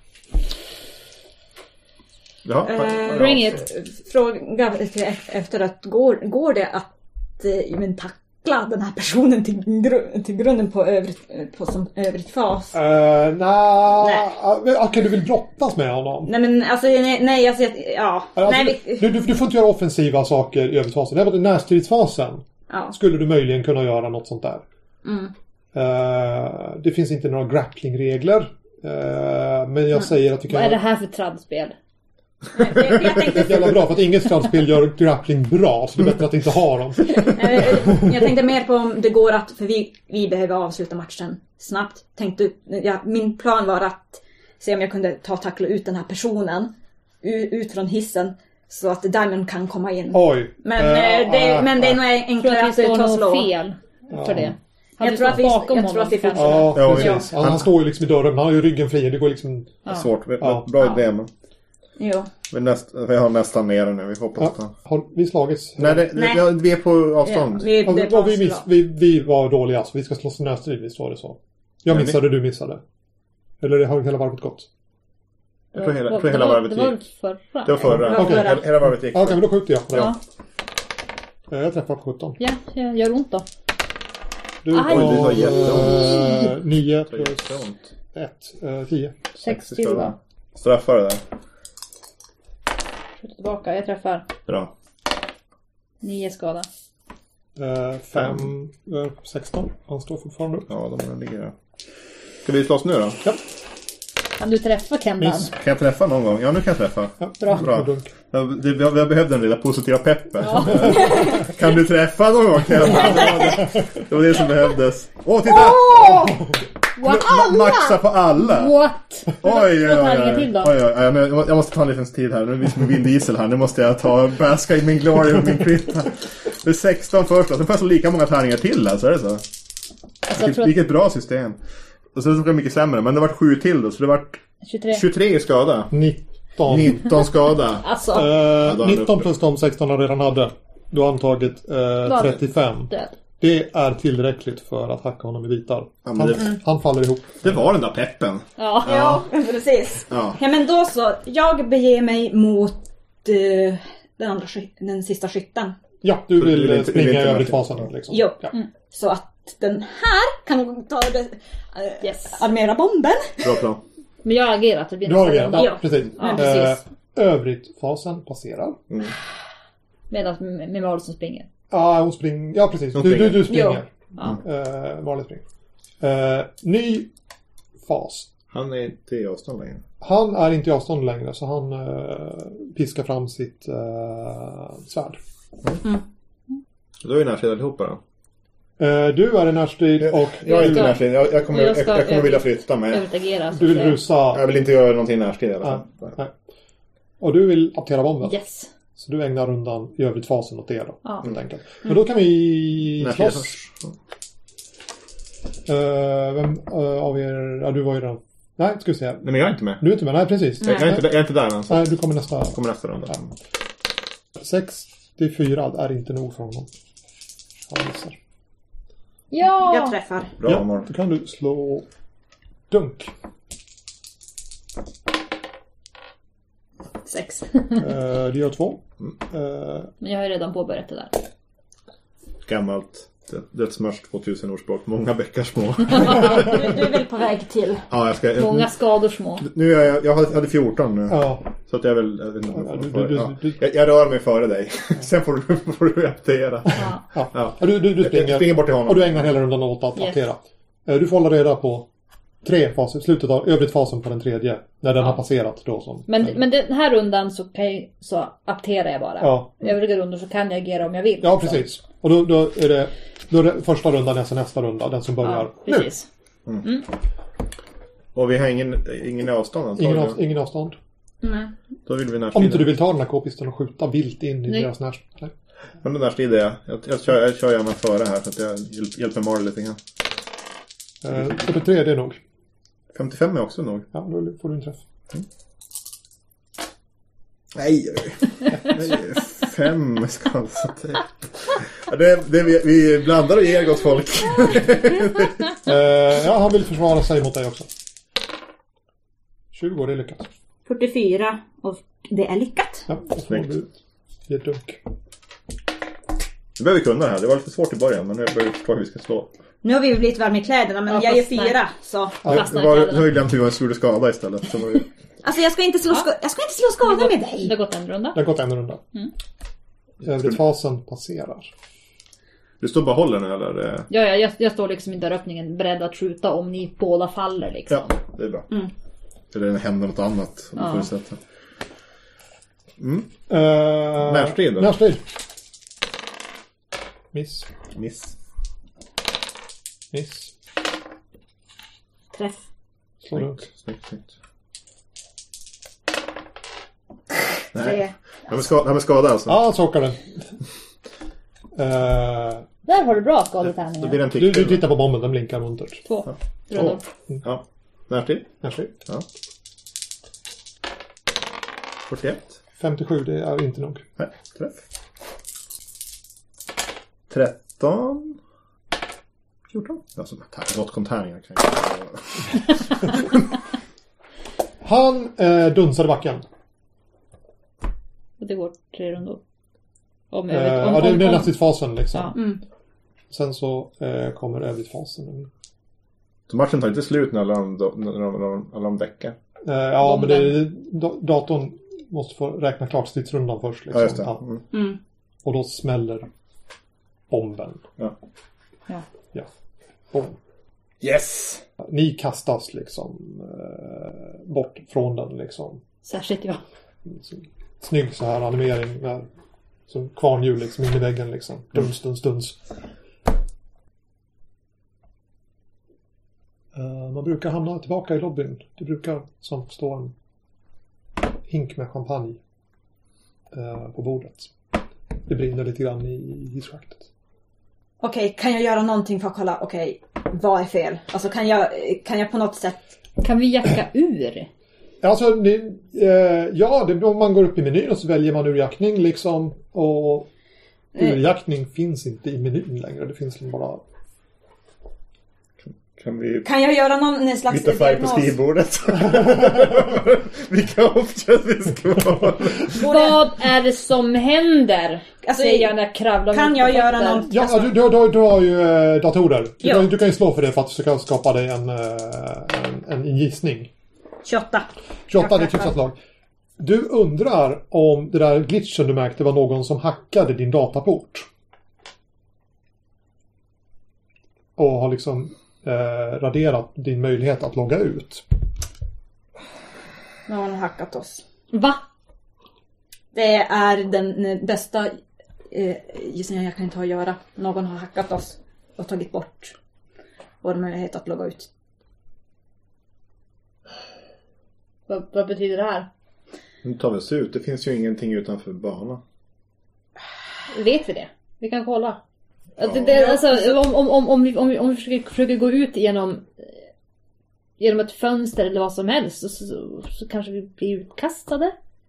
Ja, Eh, Bring it. Fråga till efter att går, går det att eh, men, tackla den här personen till, gru, till grunden på övrigt, på som övrigt fas? Uh, nah, Nej. Okej, okay, du vill brottas med honom? Nej men alltså, nej, nej alltså, ja. Alltså, nej, vi, du, du, du får inte göra offensiva saker i övrigt-fasen. Det var i närstridsfasen. ja. Skulle du möjligen kunna göra något sånt där. Mm. Uh, det finns inte några grappling-regler. Uh, men jag mm. säger att vi kan... Vad är det här för tradspel? Jag, jag tänkte... Det är jävla bra, för att inget stradspel gör grappling bra, så det är bättre att inte ha dem. Jag tänkte mer på om det går att, för vi, vi behöver avsluta matchen snabbt. Tänkte, ja, min plan var att se om jag kunde ta och tackla ut den här personen ut från hissen så att Diamond kan komma in. Oj. Men, uh, det, uh, men det är uh. nog Jag tror enklare att vi att står ta något slå. fel för det. Hade Jag tror att vi, bakom jag tror att vi honom, fortsätter. Ja, Ja, precis. ja. Han, han står ju liksom i dörren. Han har ju ryggen fri. Det går liksom... Ja. Svårt. Ja. Bra Ja. idé, men Jo. vi, näst, vi har nästan ner den nu. Vi får hoppas Ja. på. Har vi slagits? Nej, det, Nej. Ja, vi är på avstånd. Ja, vi, Ja, det vi, var vi, miss, vi, vi var dåliga, så vi ska slåss i närstrid. Visst var det så? Jag Nej, missade, du missade. Eller har hela varvet gått? Jag tror hela, jag Det tror hela var- varvet Det var gick. förra. Det var förra. Ja, Okej. förra. Hela, hela varvet gick. Ja, okej, men då skjuter jag. Ja, Eh, Jag träffar på sjutton. ja, ja, gör ont då. Du Aj. Oj, det tar eh, nio Det tar plus jätteont. ett. Eh, tio. sex till va? Straffar det där. Skjuter tillbaka, jag träffar. Bra. Nio skada. Eh, fem. Eh, sexton. Han står fortfarande upp. Ja, de ligger där. Ska vi slåss nu då? Ja. Kan du träffa Kendan? Miss. Kan jag träffa någon gång? Ja, nu kan jag träffa. Ja. Bra. Bra. Dunk. Jag, det, jag, jag behövde en lilla positiva peppen. Kan du träffa någon gång? Kan jag? Det var det som behövdes. Åh, titta! Åh! What? Ma- maxa på alla! What? Oj, oj, oj, tärningar oj, till då? oj, oj, oj, men jag måste ta en liten tid här. Nu är vi som Vin Diesel här. Nu måste jag ta baska i min glory och min crit här. Det är sexton först då. Sen får jag så lika många tärningar till alltså, är det så? Alltså, jag Vilket, tror att vilket bra system. Och sen så var det mycket sämre. Men det var sju till då. Så det var tjugotre. tjugotre i skada. nitton. nitton skada. Alltså, Eh, då är det nitton uppe. plus de sexton han redan hade. Du har antagit eh, trettiofem. död. Det är tillräckligt för att hacka honom i bitar. Ja, men Han, det- han faller ihop. Det var den där peppen. Ja. Ja, precis. Ja. Ja, men då så. Jag beger mig mot eh, den, andra sky- den sista skytten. Ja, du Så du vill vill eh, inte- springa vill i inte övrigt verkligen. fasen. Liksom. Jo. Ja. Så att den här kan ta det, eh, Yes. armera bomben. Bra plan. Men jag har agerat. Det blir Du har nästa det, runda. ja, precis. Ja, precis. Eh, övrigt fasen passerar. Medan med Marley som springer. Ja, hon springer. Ja, precis. Hon Du, du, springer. du springer. Ja. Eh, Marley springer. Eh, ny fas. Han är inte i avstånd längre. Han är inte i avstånd längre, så han eh, piskar fram sitt eh, svärd. Då är vi närstrid allihopa då. Eh, du är i närstrid och Jag är inte ska- närstrid. Jag, jag, kommer, och jag, jag ska jag kommer vilja övrigt- flytta mig. Övrigt agera. så du vill att säga. rusa. Jag vill inte göra någonting närstrid i alla fall. Nej, nej. Och du vill aptera bomben. Yes. Så du ägnar rundan i övrigt fasen åt det då. Ja. Helt enkelt. Men då kan vi Närstrid slåss. först. Eh, vem eh, av er... Ja, du var ju redan... Nej, ska vi se. Nej, men jag är inte med. Du är inte med. Nej, precis. Jag, jag, är, inte, jag är inte där än. Så Nej, du kommer nästa. kommer nästa runda. sextiofyra är inte nog för honom. Han missar. Ja! Jag träffar. Bra, Ja, Amor. då kan du slå dunk. Sex. Eh, det gör två. Eh, Men jag har ju redan påbörjat det där. Gammalt dödsmarsch tvåtusen års bort. Många bäckar små. Du, du är väl på väg till. Ja, jag ska... Många skador små. Nu är jag, jag hade fjorton nu. ja. Så att jag väl... Jag, vet inte om Ja, jag, du- får- du- ja. du- jag, jag rör mig före dig. Sen får du, får du aptera. Ja. Ja. Ja. Ja, du, du, du Jag springer, springer bort till honom. och du ägnar hela rundan åt att Yes. aptera. Eh, du får hålla reda på tre faser. Slutet av övrigt fasen på den tredje. När den har passerat då. Som, Men, men den här rundan så, kan jag, så apterar jag bara. Ja. Övriga rundor så kan jag agera om jag vill. Ja, Så. precis. Och då, då är det då är det första rundan nästa nästa runda. Den som börjar Ja, nu. precis. Och vi har ingen, ingen i avstånd Ingen, antagligen. av, ingen avstånd. Nej. Då vill vi Om närstrida. inte du vill ta den här k-pisten och skjuta vilt in i Nej. deras närstrid. Nej. Men då närstrider jag. Jag, jag, kör, jag kör gärna före här så att jag hjälp, hjälper Marley lite grann. Eh, fyrtiotre det är nog. femtiofem är också nog. Ja, då får du en träff. Mm. Nej, nej, fem skador. Ja, det, det, vi, vi blandar och ger gott folk. eh, ja, han vill försvara sig mot dig också. tjugo, det är lyckat. fyrtiofyra och det är lyckat. Ja, då får du ge ett dunk. Nu behöver vi kunna det här. Det var lite svårt i början, men nu börjar vi förstå hur vi ska slå. Nu har vi ju blivit varma i kläderna, men Ja, jag är fast fyra, nej. så... Ja, det var, nu har vi glömt hur vi skulle skada istället. Så var vi... Alltså jag ska inte slå, sko- jag ska inte slå skada med dig. Det har gått en runda. Det har gått en runda. Mm. Övrigt-fasen passerar. Du står bara och håller nu, eller? Ja, ja jag, jag står liksom i dörröppningen beredd att skjuta om ni båda faller liksom. Ja, det är bra. Mm. Eller det händer något annat. Om Ja. du får sätta. Mm. Uh, Närstrid då? Närstrid. Miss. Miss. Miss. Träff. Slår du. Snyggt, snyggt, snyggt. Tre. Nej. Han är skadad, han är skadad alltså. Ja, så åker den. Uh, Där har du bra Då blir skadetärningar. det en du, tick. du tittar på bomben, den blinkar muntert. Två. Ja. Runda. Ja. Närstrid. Närstrid. Ja. fyrtioett. femtiosju, det är inte nog. Nej, träff. tretton. fjorton. Alltså, något kontärningar kan jag inte. Han eh, dunsar i backen. Och det går tre rundor. Om Eh, övrigt. Om, ja, det, om, det är om, närstridsfasen liksom. Ja. Mm. Sen så eh, kommer övrigt-fasen. Så matchen tar inte slut när alla de, när de, när de, när de däckar. Eh, ja, Bomben. men det, da, datorn måste få räkna klart stridsrundan först. Liksom. Ja, just det. Ja. Mm. Mm. Och då smäller bomben. Ja. Ja. Ja. Boom. Yes! Ni kastas liksom eh, bort från den liksom. Särskilt jag. Så, snygg så här animering där. Som kvarnhjul liksom in i väggen liksom. Duns, duns, duns. Uh, man brukar hamna tillbaka i lobbyn. Det brukar som stå en hink med champagne uh, på bordet. Det brinner lite grann i hisschaktet. Okej, kan jag göra någonting för att kolla, okej, vad är fel? Alltså kan jag, kan jag på något sätt... Kan vi jacka ur? Alltså, ni, eh, ja, det, om man går upp i menyn och så väljer man urjackning liksom. Och urjackning finns inte i menyn längre. Det finns bara... Kan vi Kan jag göra någon slags byta färg på skrivbordet? Vilka options vi ska ha? Vad är det som händer? Alltså, Säger jag när jag kravlar kan mot jag på göra fötter. någon... Ja, alltså, du, du, du, du har ju eh, datorer. Du, Ja. kan, du kan ju slå för det för att försöka skapa dig en, eh, en, en gissning. tjugoåtta. tjugoåtta, det är ett lag. Du undrar om det där glitchen du märkte var någon som hackade din dataport. Och har liksom eh, raderat din möjlighet att logga ut. Någon har hackat oss. Va? Det är den eh, bästa eh, gissningen jag kan ta och göra. Någon har hackat oss och tagit bort vår möjlighet att logga ut. Vad, vad betyder det här? Nu tar vi oss ut. Det finns ju ingenting utanför banan. Vet vi det? Vi kan kolla. Ja. Det, det, alltså, om, om, om, om, vi, om, vi, om vi försöker, försöker gå ut genom genom ett fönster eller vad som helst så, så, så kanske vi blir utkastade.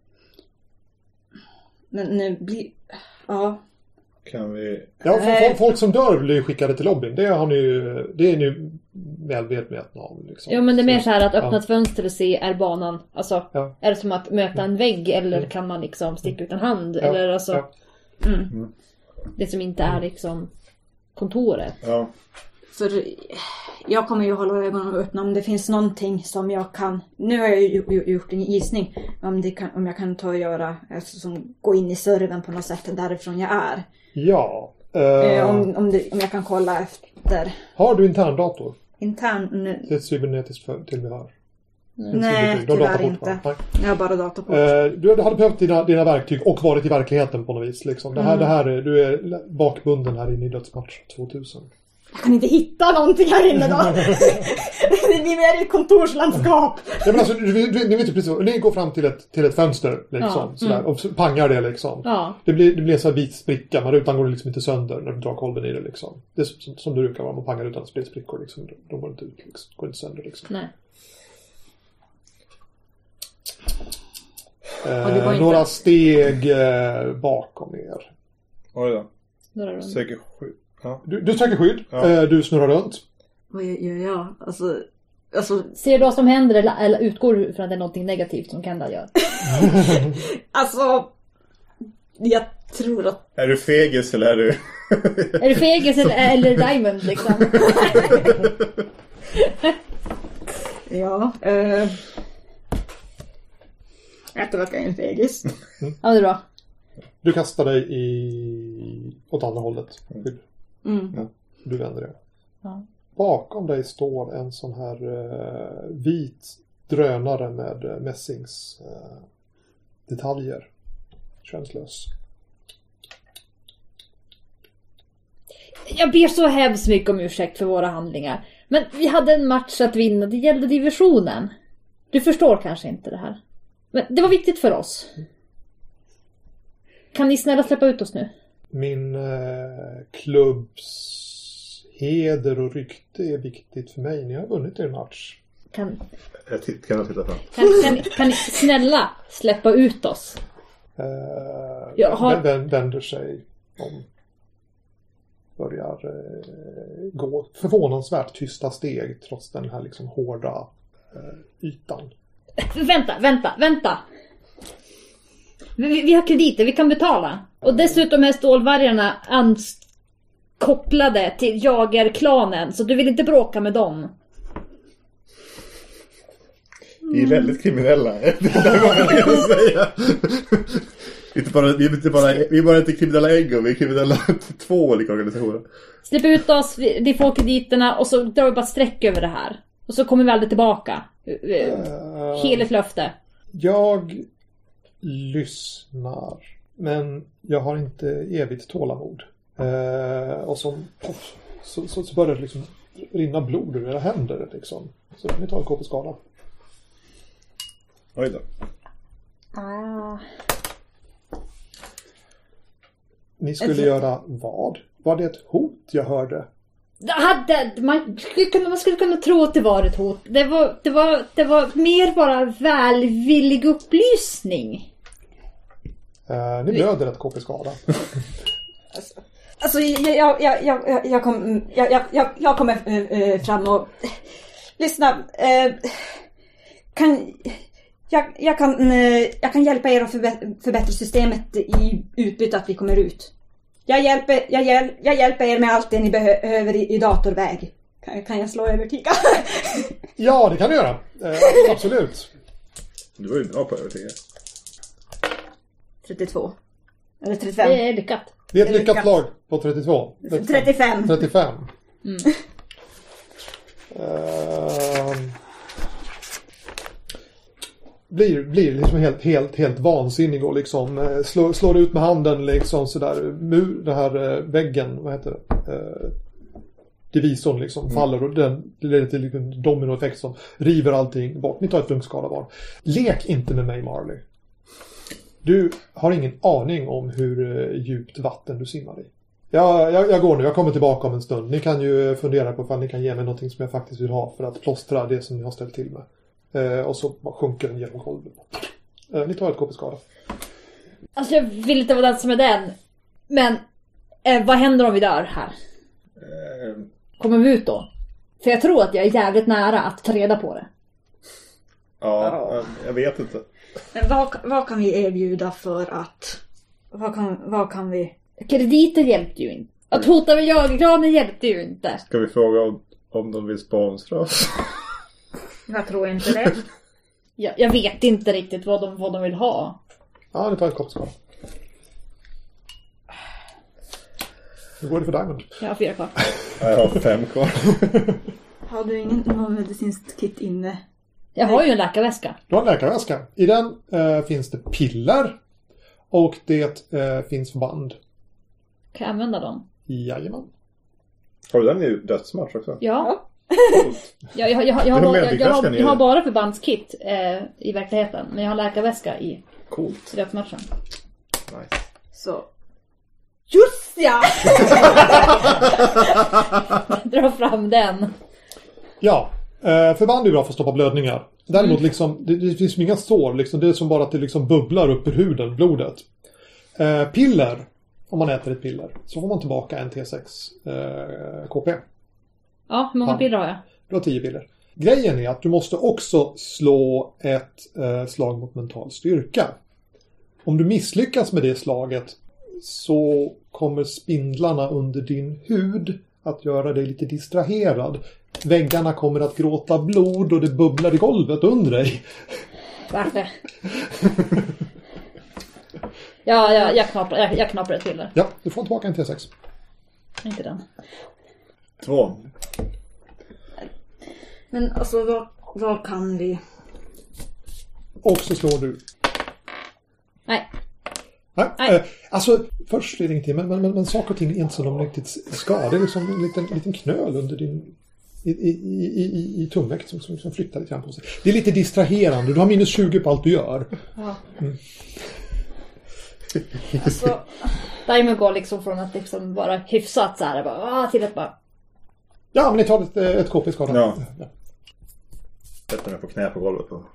Men nu blir... Ja. Kan vi... Ja, för, Nej. folk, folk som dör blir skickade till lobbyn. Det, har ni ju, det är ni väl medvetna om. Liksom. Ja, men det är mer så här att öppna Ja. ett fönster och se, är banan, alltså, Ja. är det som att möta en vägg eller Mm. kan man liksom sticka ut en hand? Ja, Eller alltså, ja. Mm. det som inte är liksom kontoret. Ja. För jag kommer ju hålla ögonen öppna om det finns någonting som jag kan... Nu har jag ju ju- gjort en gissning om, det kan, om jag kan ta och göra, alltså, som gå in i servern på något sätt därifrån jag är. Ja. Eh, Eh, om, om, det, om jag kan kolla efter har du interndator? intern... Det är ett cybernetiskt för, tillbehör. Nej, Du har tyvärr datorport, inte. va? Jag har bara dator på. Nej. Eh, du hade behövt dina, dina verktyg och varit i verkligheten på något vis. Liksom. Det här, Mm. det här är, du är bakbunden här inne i dödsmatch tvåtusen. Jag kan inte hitta någonting här inne då. Det blir mer ett kontorslandskap. Ja, men alltså, du, du, ni vet ju precis, ni går fram till ett, till ett fönster liksom, Ja. sådär, Mm. och så pangar det liksom. Ja. Det blir, det blir en sån här vit spricka, men rutan går liksom inte sönder när du drar kolven i det liksom. Det är som, som det brukar vara, man pangar rutan och spricker sprickor liksom. De går inte ut, liksom, går inte sönder liksom. Nej. Eh, det var inte- några steg eh, bakom er. Oj då. Några runt. Söker sju. Ja. Du, du söker skydd, Ja. eh, du snurrar runt. Vad gör jag? Alltså, alltså, Ser du vad som händer eller, eller utgår du från att det är något negativt som Kendall gör? alltså, jag tror att... Är du fegis eller är du... Är det Fegis eller, eller Diamond liksom? Ja, eh... jag tror att jag är en fegis. Ja, det är bra. Du kastar dig i, åt andra hållet. Skydd. Mm. Du vänder dig. Ja. Bakom dig står en sån här eh, vit drönare med eh, mässings eh, detaljer. Könslös. Jag ber så hemskt mycket om ursäkt för våra handlingar. Men vi hade en match att vinna. Det gällde divisionen. Du förstår kanske inte det här. Men det var viktigt för oss. Kan ni snälla släppa ut oss nu? Min eh, klubbs heder och rykte är viktigt för mig. Ni har vunnit er match. Kan, Jag t- kan jag titta fram? kan, kan, kan ni snälla släppa ut oss? Eh, Jag har- vän- vänder sig om. Börjar eh, gå förvånansvärt tysta steg trots den här liksom hårda eh, ytan. Vänta, vänta, vänta. Vi, vi har krediter, vi kan betala. Och dessutom är stålvargarna kopplade till jagerklanen. Så du vill inte bråka med dem. Vi är väldigt kriminella. Det är vad jag kan säga. Inte bara, vi, är inte bara, vi är bara inte kriminella ägg, vi är kriminella till två olika organisationer. Släpp ut oss, vi, vi får krediterna och så drar vi bara streck över det här. Och så kommer vi aldrig tillbaka. Eh, Heligt löfte. Jag lyssnar, men jag har inte evigt tålamod. Eh, och så, poff, så, så, så börjar det liksom rinna blod ur era händer. Liksom. Så ni tar en K P-skada. Oj då. Ah. Ni skulle Alltså- göra vad? Var det ett hot jag hörde? Hade, man, skulle kunna, man skulle kunna tro att det var ett hot. Det var, det var, det var mer bara välvillig upplysning. Eh, ni blöder ett K P-skada. Alltså, jag, jag, jag, jag, jag, kom, jag, jag, jag, jag kommer äh, fram och... Lyssna. Äh, kan... Jag, jag, kan, äh, jag kan hjälpa er att förbe- förbättra systemet i utbyte att vi kommer ut. Jag hjälper, jag, hjäl, jag hjälper er med allt det ni behöver i, i datorväg. Kan, kan jag slå övertyga? Ja, det kan du göra. Eh, absolut. Du var ju bra på övertyga. trettiotvå. Eller trettiofem. Det är lyckat. Det är ett lyckat slag på trettiotvå. trettiofem. trettiofem. Mm. Ehm, blir, blir liksom helt, helt, helt vansinnig och liksom eh, slår, slår ut med handen liksom sådär. Mur, den här eh, väggen, vad heter det? Eh, divisorn liksom Mm. faller och den det leder till liksom en dominoeffekt som river allting bort. Ni tar ett lunkskada var. Lek inte med mig, Marley. Du har ingen aning om hur eh, djupt vatten du simmar i. Ja, jag, jag går nu. Jag kommer tillbaka om en stund. Ni kan ju fundera på om ni kan ge mig någonting som jag faktiskt vill ha för att plåstra det som ni har ställt till med. Eh, och så bara sjunker den genom golvet. Eh, ni tar ett K P-skada. Alltså jag vill inte vara den som är den. Men eh, vad händer om vi dör här? Eh, Kommer vi ut då? För jag tror att jag är jävligt nära att ta reda på det. ja, jag, jag vet inte. Men vad, vad kan vi erbjuda för att... Vad kan, vad kan vi... Krediter hjälpte ju inte. Att hota med jagerklanen hjälpte ju inte. Ska vi fråga om, om de vill sponsra oss? Jag tror inte det. Jag, jag vet inte riktigt vad de, vad de vill ha. Ja, ni tar ett K-skada. Hur går det för Diamond? Jag har fyra kvar. Jag har fem kvar. Har du ingen någon medicinskt kit inne? Jag har ju en läkarväska. Du har en läkarväska. I den eh, finns det piller. Och det eh, finns band. Kan jag använda dem? Jajamän. Har du den i dödsmatch också? Ja. Coolt. Jag, jag, jag, jag, Det är har, nog jag, mer jag, jag, har, byggväskan i jag har det. bara förbandskit eh, i verkligheten. Men jag har läkarväska i Coolt. dödsmatchen. Nice. Så. Just ja! Dra fram den. Ja, eh, förband är bra för att stoppa blödningar. Däremot liksom, det, det finns inga sår. Liksom, det är som bara att det liksom bubblar upp ur huden, blodet. Eh, piller, om man äter ett piller, så får man tillbaka en T sex eh, K P. Ja, hur många Ja. piller har jag? Du har tio piller. Grejen är att du måste också slå ett eh, slag mot mental styrka. Om du misslyckas med det slaget så kommer spindlarna under din hud att göra dig lite distraherad. Väggarna kommer att gråta blod och det bubblar i golvet under dig. Varför? ja, ja, jag knaprar, jag, jag knaprar ett piller. Ja, du får tillbaka en T sex. Inte den. Två. Men alltså vad, vad kan vi? Och så slår du. Nej. Nej, Nej. eh, alltså först är det ingenting, men, men, men, men saker och ting är inte så de riktigt ska. Det är liksom en liten, liten knöl under din i, i, i, i, i tumvecket som, som, som flyttar lite grann på sig. Det är lite distraherande. Du har minus tjugo på allt du gör. Ja. Mm. Alltså, Daimon går liksom från att liksom vara hyfsat så här bara, ah, till att bara... Ja, men ni tar ett, ett K P-skada. Ja. Sätter mig på knä på golvet. Och...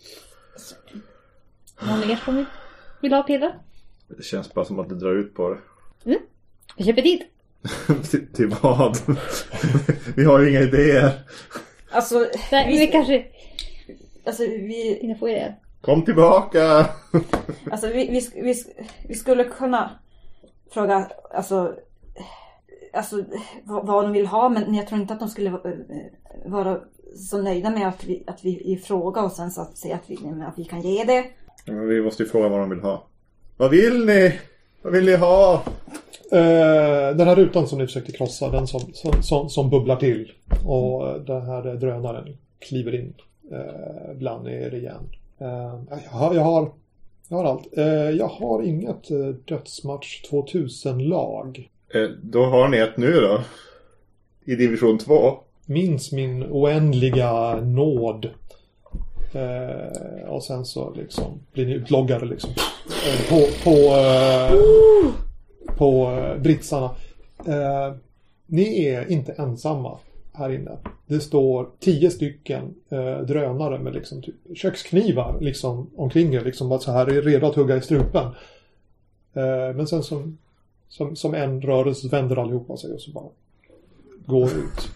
Någon mer som vill, vill ha piller? Det känns bara som att det drar ut på det. Mm. Vi köper dit. till, till vad? Vi har ju inga idéer. alltså, Nej, vi, vi kanske... alltså vi, Inne få idéer. Kom tillbaka! alltså vi, vi, vi, vi skulle kunna fråga, alltså, alltså vad, vad de vill ha, men jag tror inte att de skulle vara, vara så nöjda med att vi, att vi frågar och sen så att säga att vi, att vi kan ge det. Men vi måste ju fråga vad de vill ha. Vad vill ni? Vad vill ni ha? Eh, den här rutan som ni försökte krossa, den som, som, som, som bubblar till. Och den här drönaren kliver in eh, bland er igen. Eh, jag, har, jag, har, jag har allt. Eh, jag har inget eh, dödsmatch tvåtusen-lag. Eh, då har ni ett nu då. I division två. Minns min oändliga nåd. Eh, och sen så liksom blir ni utloggade liksom. Eh, på på, eh, på eh, britsarna. Eh, ni är inte ensamma här inne. Det står tio stycken eh, drönare med liksom typ köksknivar liksom omkring er. Liksom bara så här är redo att hugga i strupen. Eh, men sen som, som, som en rörelse vänder allihopa sig och så bara går ut.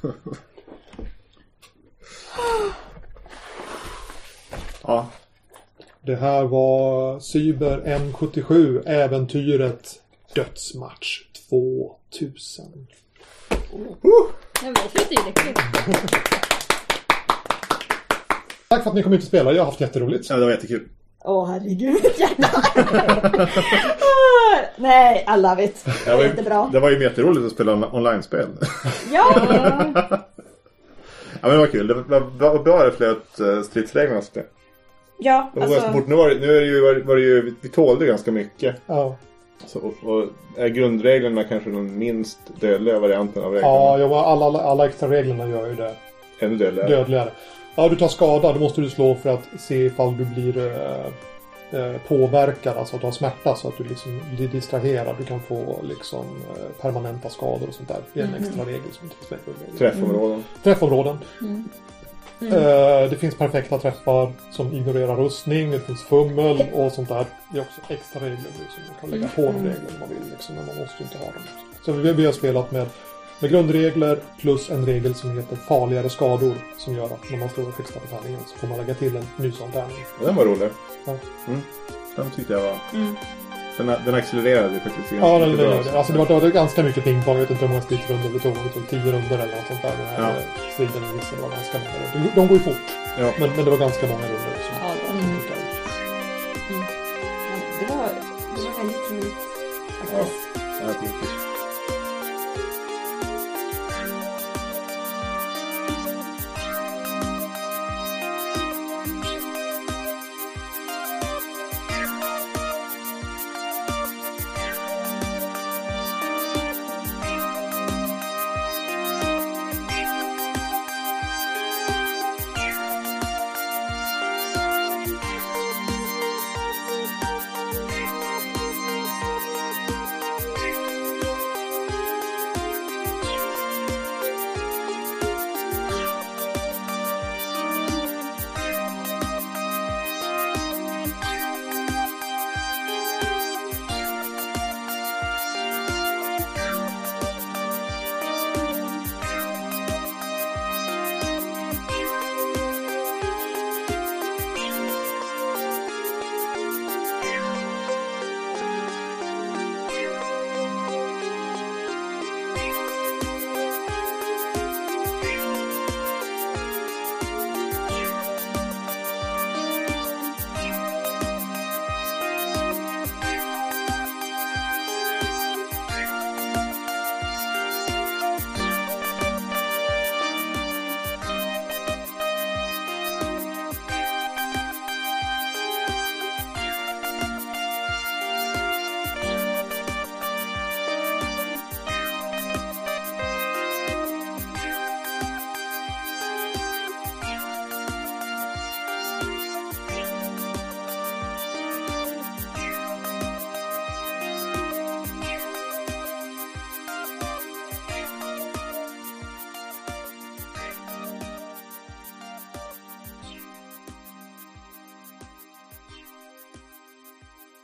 Ja. Det här var Cyber M sjuttiosju, äventyret Dödsmatch tvåtusen. Ja, men det slutar ju lyckligt. Tack för att ni kom ut och spela, jag har haft jätteroligt. Ja, det var jättekul. Åh, herregud, jävlar. Nej, I love it. Det Det var är ju, jättebra. det var ju jätteroligt att spela on- online-spel. Ja, Ja, men det var kul. Det var, var, var bra det flöt uh, stridsreglerna. Så det. ja Det var ganska alltså, fort. Nu, var det, nu är det ju, var, var det ju, vi tålde ganska mycket. Ja, Så, och, och är grundreglerna kanske den minst dödliga varianten av reglerna? ja jag var, alla, alla, alla extra reglerna gör ju det Ännu dödligare. dödligare. Ja, du tar skada, då måste du slå för att se ifall du blir eh, eh, påverkad, alltså att du har smärta så att du liksom blir distraherad. Du kan få liksom eh, permanenta skador och sånt där. Det är en extra regel som inte finns med på reglerna. Träffområden. Träffområden. Mm. Eh, det finns perfekta träffar som ignorerar rustning, det finns fummel och sånt där. Det är också extra regler som man kan lägga på de regler om man vill, liksom, men man måste inte ha dem. Så vi, vi har spelat med, med grundregler plus en regel som heter farligare skador som gör att när man slår extra på tärningen så får man lägga till en ny sån tärning. Ja, den var rolig. Ja. Mm. Den tyckte jag var... mm. Den, den accelererade ju faktiskt. Ja, det, det, bra. det, alltså det var, det var ganska mycket pingpong. Jag vet inte hur många stridsrundor det tog. Det tog tio runder eller något sånt där. Den här Ja. ja. striden i vissa, det var ganska många runder. De går ju fort. Ja. Men, men det var ganska många runder. Som, Ja, som mm. gick ut. Det var, det var väldigt roligt. Ja, jag tyckte.